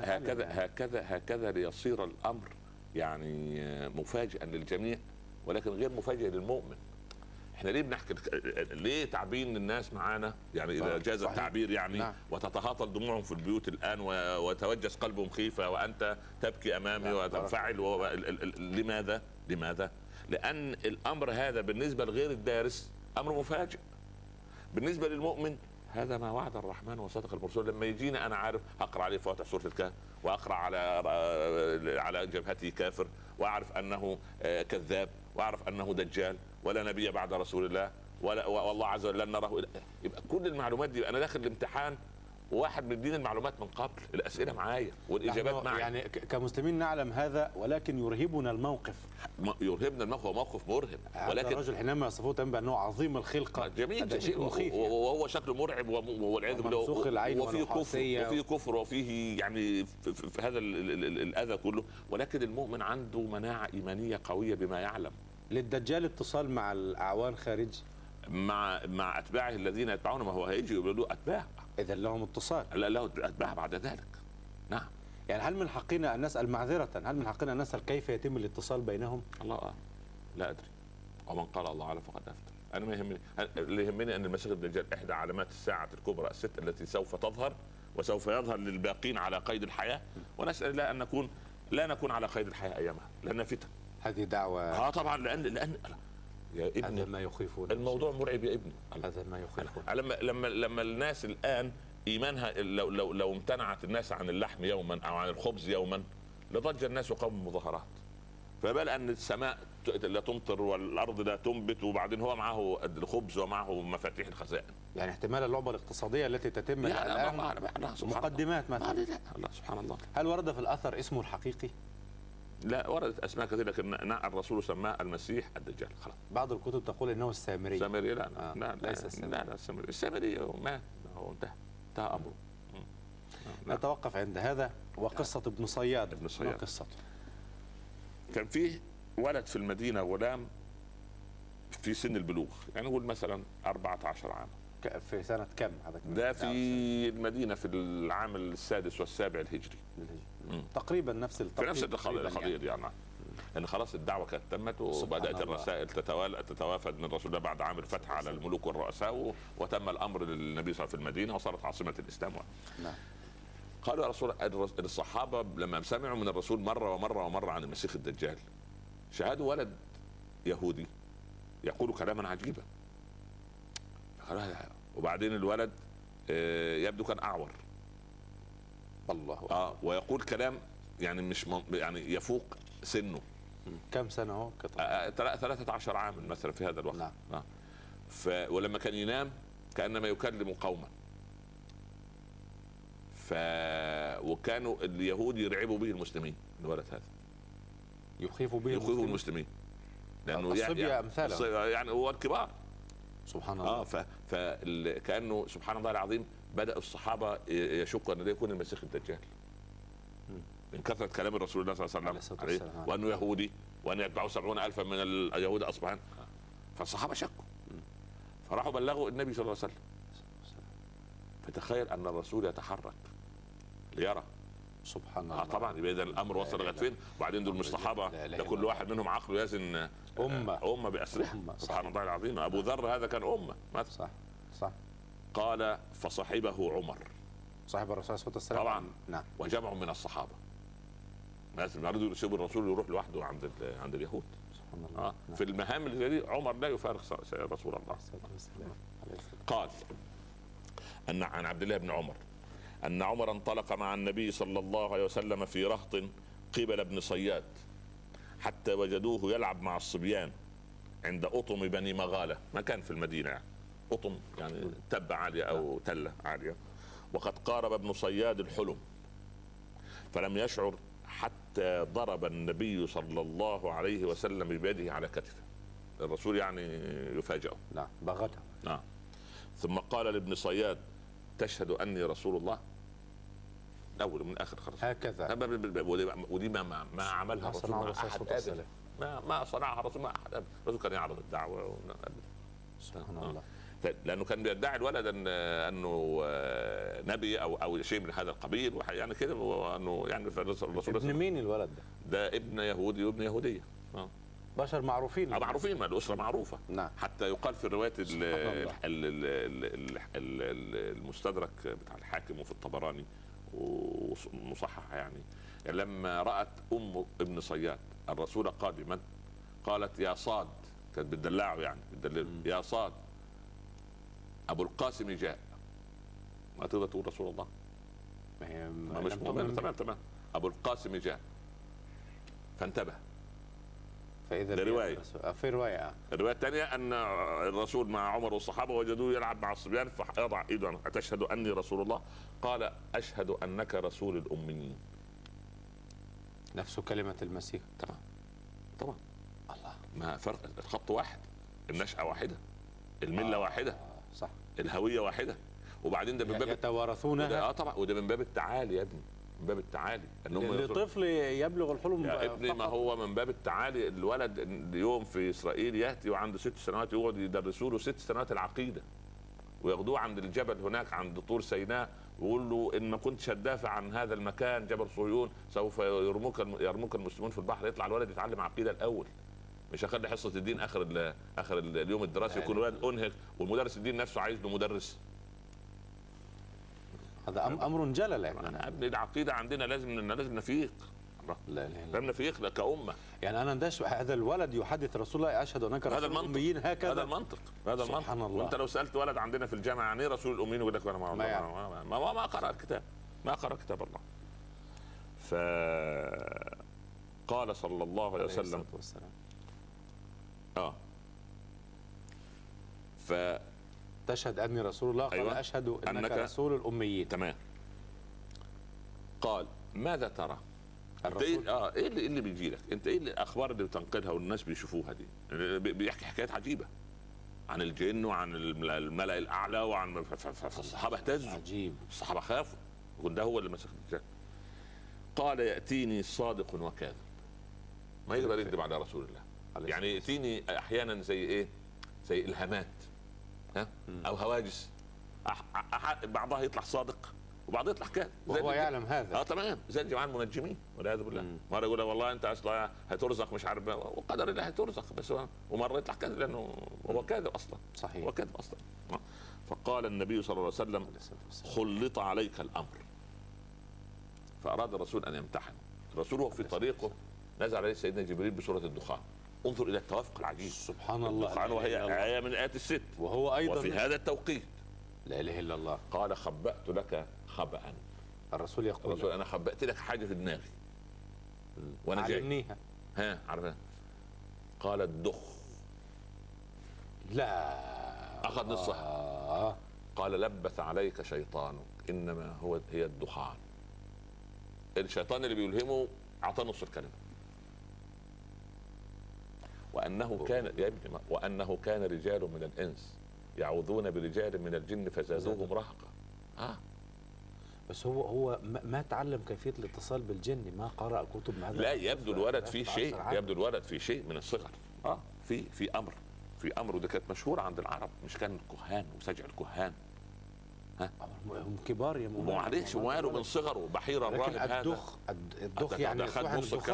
هكذا ليصير الأمر يعني مفاجئا للجميع، ولكن غير مفاجئ للمؤمن. احنا ليه بنحكي، ليه تعبين الناس معانا يعني اذا جاز التعبير يعني نعم. وتتهاطل دموعهم في البيوت الان وتوجس قلبهم خيفه وانت تبكي امامي نعم. وتنفعل لماذا؟ لان الامر هذا بالنسبه لغير الدارس امر مفاجئ. بالنسبه للمؤمن هذا ما وعد الرحمن وصدق المرسول. لما يجينا انا عارف اقرا عليه فواتح سوره الكهف، واقرا على جبهته كافر، واعرف انه كذاب، واعرف انه دجال، ولا نبي بعد رسول الله، والله عز وجل لن نراه. يبقى كل المعلومات دي انا داخل الامتحان وواحد مديني المعلومات من قبل، الاسئله معايا والاجابات معايا. يعني كمسلمين نعلم هذا، ولكن يرهبنا الموقف. يرهبنا الموقف، هو موقف مرهب. ولكن الرجل حينما يصفوه بانه عظيم الخلقه جميل مخيف، وهو شكله مرعب والعياذ بالله، وفيه كفر وفيه يعني في هذا الاذى كله. ولكن المؤمن عنده مناعه ايمانيه قويه بما يعلم. للدجال اتصال مع الاعوان خارج، مع اتباعه الذين يتبعونه، ما هو هيجي يقول له اتباع، اذا لهم اتصال. لا له اتباع بعد ذلك. نعم. يعني هل من حقنا ان نسال معذره، هل من حقنا ان نسال كيف يتم الاتصال بينهم؟ الله لا ادري، ومن قال الله اعلم فقد افتى. انا ما يهمني، اللي يهمني ان المسيح الدجال احدى علامات الساعه الكبرى الست التي سوف تظهر وسوف يظهر للباقين على قيد الحياه، ونسال الله ان لا نكون على قيد الحياه ايامها، لان فتن. هذه دعوه. طبعا لان يا ابني هذا ما يخيفون. الموضوع مرعب يا ابني. هذا ما يخيفون. لما الناس الان ايمانها لو امتنعت الناس عن اللحم يوما او عن الخبز يوما لضج الناس وقاموا مظاهرات. فبال ان السماء لا تمطر والارض لا تنبت، وبعدين هو معه الخبز ومعه مفاتيح الخزائن. يعني احتمال اللعبه الاقتصاديه التي تتم الان مقدمات مثلا. الله سبحان الله. هل ورد في الاثر اسمه الحقيقي؟ لا وردت اسماء كثيره، لكن الرسول سماه المسيح الدجال خلاص. بعض الكتب تقول انه السامري. السامري لا ليس السامري. لا السامري مات، هو انتهى امره. نتوقف عند هذا. وقصه ابن صياد، ما قصته؟ كان فيه ولد في المدينه، غلام في سن البلوغ، يعني نقول مثلا 14 عام. في سنه كم هذا؟ ده في المدينه في العام السادس والسابع الهجري. تقريبا نفس في نفس القضيه دي يعني. لان خلاص الدعوه كانت تمت، وبدات الرسائل تتوافد من الرسول بعد عام الفتح على الملوك والرؤساء، وتم الامر للنبي صلى الله عليه وسلم في المدينه وصارت عاصمه الاسلام. نعم. قالوا يا رسول الصحابه لما سمعوا من الرسول مره عن المسيح الدجال، شاهدوا ولد يهودي يقول كلاما عجيبا. وبعدين الولد يبدو كان اعور. الله. ويقول كلام يعني مش يعني يفوق سنه. كم سنه هو؟ 13 عاما مثلا في هذا الوقت. نعم. ولما كان ينام كانما يكلم قوما. وكانوا اليهود يرعبوا به المسلمين. الولد هذا يخيف به المسلمين لانه الصبية امثاله، يعني هو الكبار. سبحان الله. فكانه سبحان الله العظيم بدأ الصحابه يشكوا ان ده يكون المسيح الدجال من كثره كلام الرسول الله صلى الله عليه وسلم وانه يهودي وان يتبعه 70,000 من اليهود اصبحان. فالصحابه شكوا، فراحوا بلغوا النبي صلى الله عليه وسلم. فتخيل ان الرسول يتحرك ليرى. سبحان الله. طبعا يبقى اذا الامر وصل لغايه فين. وبعدين دول مش صحابه، ده كل واحد منهم عقله يزن امه باسرها. سبحان الله العظيم. ابو ذر هذا كان امه. صح. قال فصحبه عمر صاحب الرسول صلى الله عليه وسلم طبعا. نعم. وجمع من الصحابه ناس يريدوا يسيبوا الرسول يروح لوحده عند اليهود. سبحان الله. في المهام اللي دي عمر لا يفارق رسول الله. قال ان عن عبد الله بن عمر ان عمر انطلق مع النبي صلى الله عليه وسلم في رهط قبل ابن صياد حتى وجدوه يلعب مع الصبيان عند أطم بني مغالة، مكان في المدينة يعني. أطم يعني تبة عالية أو تلة عالية. وقد قارب ابن صياد الحلم فلم يشعر حتى ضرب النبي صلى الله عليه وسلم بيده على كتفه. الرسول يعني يفاجئه. نعم بغته. نعم. ثم قال لابن صياد تشهد اني رسول الله؟ اول من اخر خلاص هكذا. ودي ما عملها الرسول مع احد. ما صنعها الرسول مع احد. الرسول كان يعرض الدعوه. سبحان الله. لانه كان بيدعي الولد انه نبي او شيء من هذا القبيل يعني كده، وانه يعني الرسول. ابن مين الولد ده؟ ده ابن يهودي وابن يهوديه. بشر معروفين. معروفين، ما الاسره معروفه. نعم. حتى يقال في الروايات المستدرك بتاع الحاكم وفي الطبراني ومصحح يعني لما رأت ابن صياد الرسول قادما قالت يا صاد، كانت بتدلعه يعني بتدلله، يا صاد ابو القاسم جاء. ما تقدر تقول رسول الله، ما مش تمام ابو القاسم جاء. فانتبه. فاذا روايه في روايه الروايه الثانيه ان الرسول مع عمر والصحابه وجدوه يلعب مع الصبيان فيضع ايده اتشهد اني رسول الله؟ قال اشهد انك رسول الاميين. نفس كلمه المسيح. طبعا الله. ما فرق، الخط واحد، النشأة واحده، المله واحده، صح، الهويه واحده. وبعدين ده من باب يتوارثونها. طبعا، وده من باب التعالي يا ابني، من باب التعالي انهم لطفل يبلغ الحلم يا ابني. ما هو من باب التعالي. الولد اليوم في اسرائيل ياتي وعنده 6 سنوات يقعد يدرسوا له 6 سنوات العقيده، وياخدوه عند الجبل هناك عند طور سيناء ويقول له ان ما كنتش هتدافع عن هذا المكان جبل صهيون سوف يرموك المسلمون في البحر. يطلع الولد يتعلم عقيده الاول، مش هخلي حصه الدين اخر اليوم الدراسي يكون الولد انهك والمدرس الدين نفسه عايز له مدرس. هذا امر جلل يعني. انا ابني العقيده عندنا لازم نفيق. لازم نفيق كأمة. يعني انا نداش هذا الولد يحدث رسول الله اشهد انك رسول الاميين هكذا. هذا المنطق. سبحان الله. وانت لو سالت ولد عندنا في الجامعه يعني ايه رسول الاميين يقول لك انا ما قرأ الكتاب، ما قرأ كتاب الله. فقال صلى الله عليه وسلم تشهد اني رسول الله؟ قال أيوة. اشهد انك رسول الاميين. تمام. قال ماذا ترى؟ الرسول ايه اللي بيجي لك انت؟ ايه الاخبار اللي بتنقلها والناس بيشوفوها دي؟ بيحكي حكايات عجيبه عن الجن وعن الملأ الاعلى وعن الصحابه اهتزوا. عجيب. الصحابه خافوا، وده هو اللي مسك الرجال. قال ياتيني صادق وكاذب. ما يقدر يكذب على رسول الله. يعني ياتيني احيانا زي ايه؟ زي الهامات او هواجس. بعضها يطلع صادق وبعضها يطلع كاذب، وهو يعلم هذا. تمام. زي الجماعه المنجمين والعياذ بالله. مره يقول والله انت اصلا هترزق مش عارف، وقدر الله هترزق بس ومره يطلع كاذب لانه هو كاذب اصلا. صحيح. هو كاذب اصلا. فقال النبي صلى الله عليه وسلم خلط عليك الامر. فاراد الرسول ان يمتحن. الرسول وهو في طريقه نزل عليه سيدنا جبريل بسوره الدخان. انظر الى التوافق العجيب. سبحان الله. الدخان وهي آية من آيات الست، وهو ايضا وفي هذا التوقيت. لا اله الا الله. قال خبأت لك خبأ. الرسول يقول انا خبأت لك حاجه في دماغي وانا جاي. علمنيها. عرفها. قال الدخ. لا. اخذ نصها. قال لبث عليك شيطانك انما هي الدخان. الشيطان اللي بيلهمه اعطاه نص الكلمه. وانه كان رجال من الانس يعوذون برجال من الجن فزادوهم رهقا. بس هو ما تعلم كيفيه الاتصال بالجن، ما قرأ كتب هذا. لا، يبدو الولد فيه شيء، من الصغر. في امر، وده كانت مشهوره عند العرب. مش كان الكهان وسجع الكهان هم كبار يا مولانا. معلش وماله من صغره بحيره الراهب هذا. الدخ يعني خد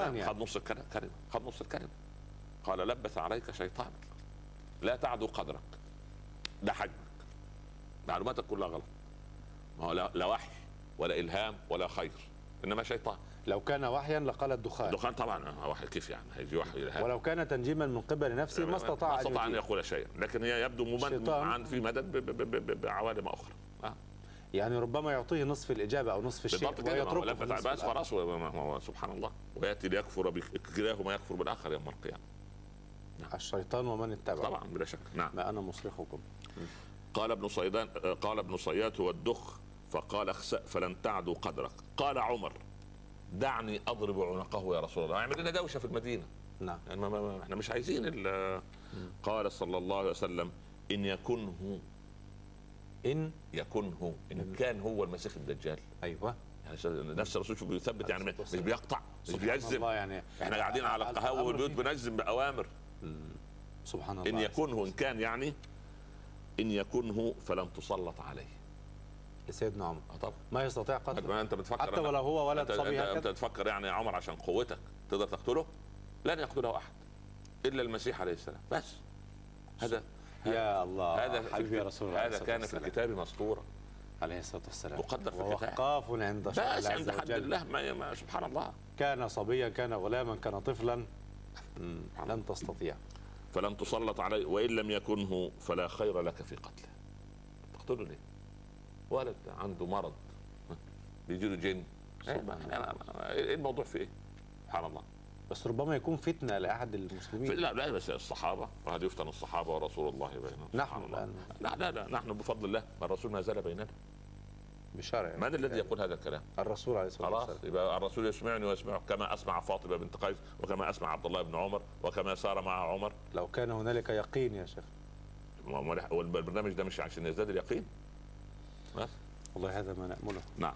نص الكلمه. قال لبث عليك شيطانك لا تعدو قدرك. ده حجمك، معلوماتك كلها غلط. ما هو لا وحي ولا الهام ولا خير، انما شيطان. لو كان وحيا لقال الدخان. الدخان طبعا وحي، كيف يعني هيجي وحي الهام؟ ولو كان تنجيما من قبل نفسه ما استطاع ان يقول شيئا. لكن هي يبدو في مدد بعوالم اخرى. يعني ربما يعطيه نصف الاجابه او نصف الشيء ويتركه بس خلاص. سبحان الله. وياتي ليكفر بكلاهما يكفر بالاخر يوم القيامه. الشيطان ومن اتبعه. طبعا بلا شك. نعم. ما انا مصرخكم. قال ابن صياد هو الدخ فقال اخسأ فلن تعدوا قدرك. قال عمر دعني اضرب عنقه يا رسول الله، يعمل لنا دوشه في المدينه. نعم. يعني احنا مش عايزين قال صلى الله عليه وسلم ان يكنه، ان كان هو المسيح الدجال. ايوه، يعني نفس الرسول بيثبت، يعني مش بيقطع، مش بيجزم. يعني احنا قاعدين على القهاوي والبيوت بنجزم باوامر. سبحان الله. ان يكنه، ان كان يعني ان يكنه فلن تسلط عليه. سيدنا عمر طبعا ما يستطيع قتله. ما انت بتفكر حتى ولو هو ولد صبي هكذا. انت تفكر يعني يا عمر عشان قوتك تقدر تقتله؟ لن يقتله احد الا المسيح عليه السلام بس. هذا يا الله، هذا حبيبي يا رسول الله، هذا كان في الكتاب مسطورا عليه الصلاه والسلام، مقدر في الكتاب، ووقاف عند شرع الله عند عز حد وجل. الله. ما سبحان الله. كان صبيا، كان غلاما، كان طفلا، لن تستطيع. فلن تسلط عليه وان لم يكنه فلا خير لك في قتله. تقتله ليه؟ ولد عنده مرض بيجي له جن، ايه الموضوع في ايه؟ سبحان الله. بس ربما يكون فتنه لاحد المسلمين. لا بس الصحابه، وهذا يفتن الصحابه ورسول الله بينهم. نحن لا نحن بفضل الله الرسول ما زال بيننا بشرع. من الذي يقول هذا الكلام؟ الرسول عليه الصلاه والسلام. خلاص، يبقى الرسول يسمعني ويسمعه كما اسمع فاطمه بنت قيس، وكما اسمع عبد الله بن عمر، وكما سار مع عمر. لو كان هنالك يقين يا شيخ. والبرنامج ده مش عشان يزداد اليقين بس. والله هذا ما نأمله. نعم.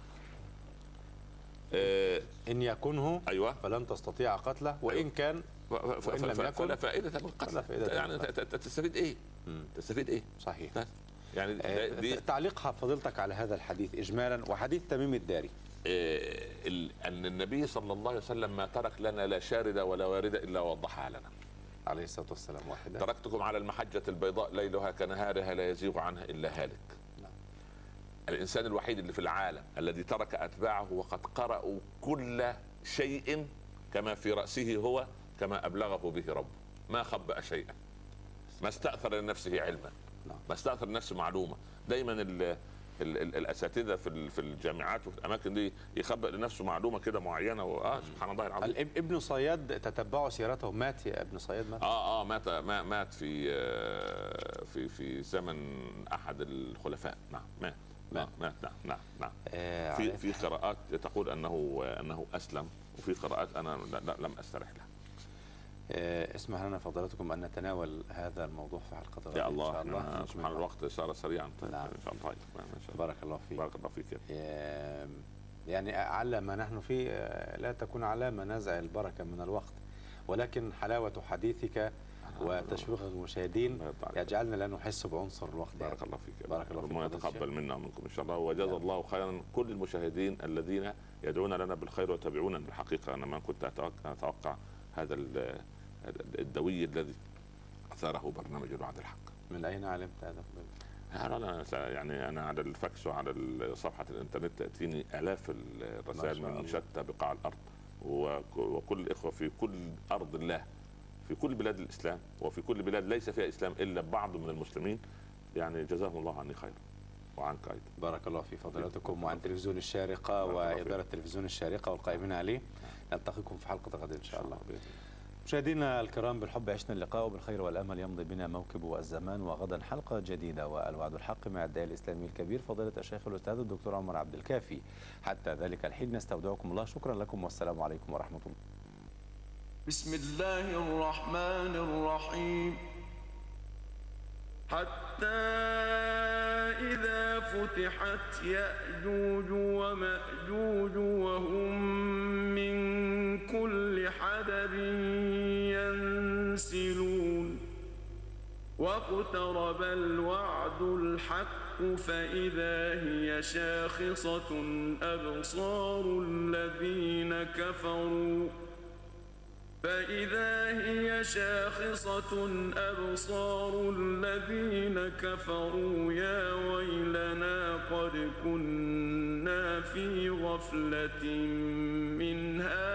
إن يكنه أيوة فلن تستطيع قتله، وإن كان وإن لم يكن فلا فائدة من قتله. يعني تستفيد إيه؟ تستفيد إيه؟ صحيح. يعني دي تعليق فضيلتك على هذا الحديث إجمالا، وحديث تميم الداري. أن النبي صلى الله عليه وسلم ما ترك لنا لا شاردة ولا واردة إلا وضحها لنا عليه الصلاة والسلام. واحدة: تركتكم على المحجة البيضاء ليلها كنهارها لا يزيغ عنها إلا هالك. الإنسان الوحيد اللي في العالم الذي ترك أتباعه وقد قرأوا كل شيء كما في رأسه هو، كما أبلغه به ربه، ما خبأ شيئا، ما استأثر لنفسه علما، ما استأثر لنفسه معلومة. دايما الأساتذة في الجامعات وفي الأماكن دي يخبأ لنفسه معلومة كده معينة. سبحان الله العظيم. ابن صياد تتبعوا سيرته، مات يا ابن صياد؟ مات مات في زمن أحد الخلفاء. نعم مات. نعم. في قراءات تقول انه اسلم، وفي قراءات انا لم استرح لها. اسمح لنا فضلاتكم ان نتناول هذا الموضوع في حلقه غدا يا الله. ان شاء الله. سبحان الوقت صار سريعا. طيب نعم. ان شاء الله. طيب. بارك الله فيك. بارك الله فيك. يعني على ما نحن فيه لا تكون علامه نزع البركه من الوقت، ولكن حلاوه حديثك وتشويق المشاهدين يجعلنا لا نحس بعنصر الوقت. بارك الله فيك. بارك الله فيك. ربنا يتقبل منا ومنكم ان شاء الله، وجزا الله خيرا كل المشاهدين الذين يدعون لنا بالخير ويتابعونا. بالحقيقه انا ما كنت اتوقع هذا الدوي الذي اثاره برنامج الوعد الحق. من اين علمت هذا؟ يعني انا على الفاكس وعلى صفحه الانترنت تاتيني الاف الرسائل من شتى بقاع الارض، وكل الاخوه في كل ارض الله، في كل بلاد الإسلام، وفي كل بلاد ليس فيها إسلام إلا بعض من المسلمين. يعني جزاهم الله عني خير وعنك أيضا. بارك الله في فضلاتكم وعن تلفزيون الشارقة وإدارة تلفزيون الشارقة والقائمين عليه. نلتقيكم في حلقة غد إن شاء الله. مشاهدينا الكرام، بالحب عشنا اللقاء وبالخير والأمل يمضي بنا موكب الزمان، وغدا حلقة جديدة والوعد الحق مع الداعية الإسلامي الكبير فضيلة الشيخ الأستاذ الدكتور عمر عبد الكافي. حتى ذلك الحين نستودعكم الله. شكرا لكم والسلام عليكم ورحمة الله. بسم الله الرحمن الرحيم. حتى إذا فتحت يأجوج ومأجوج وهم من كل حدب ينسلون واقترب الوعد الحق فإذا هي شاخصة أبصار الذين كفروا يا ويلنا قد كنا في غفلة من هذا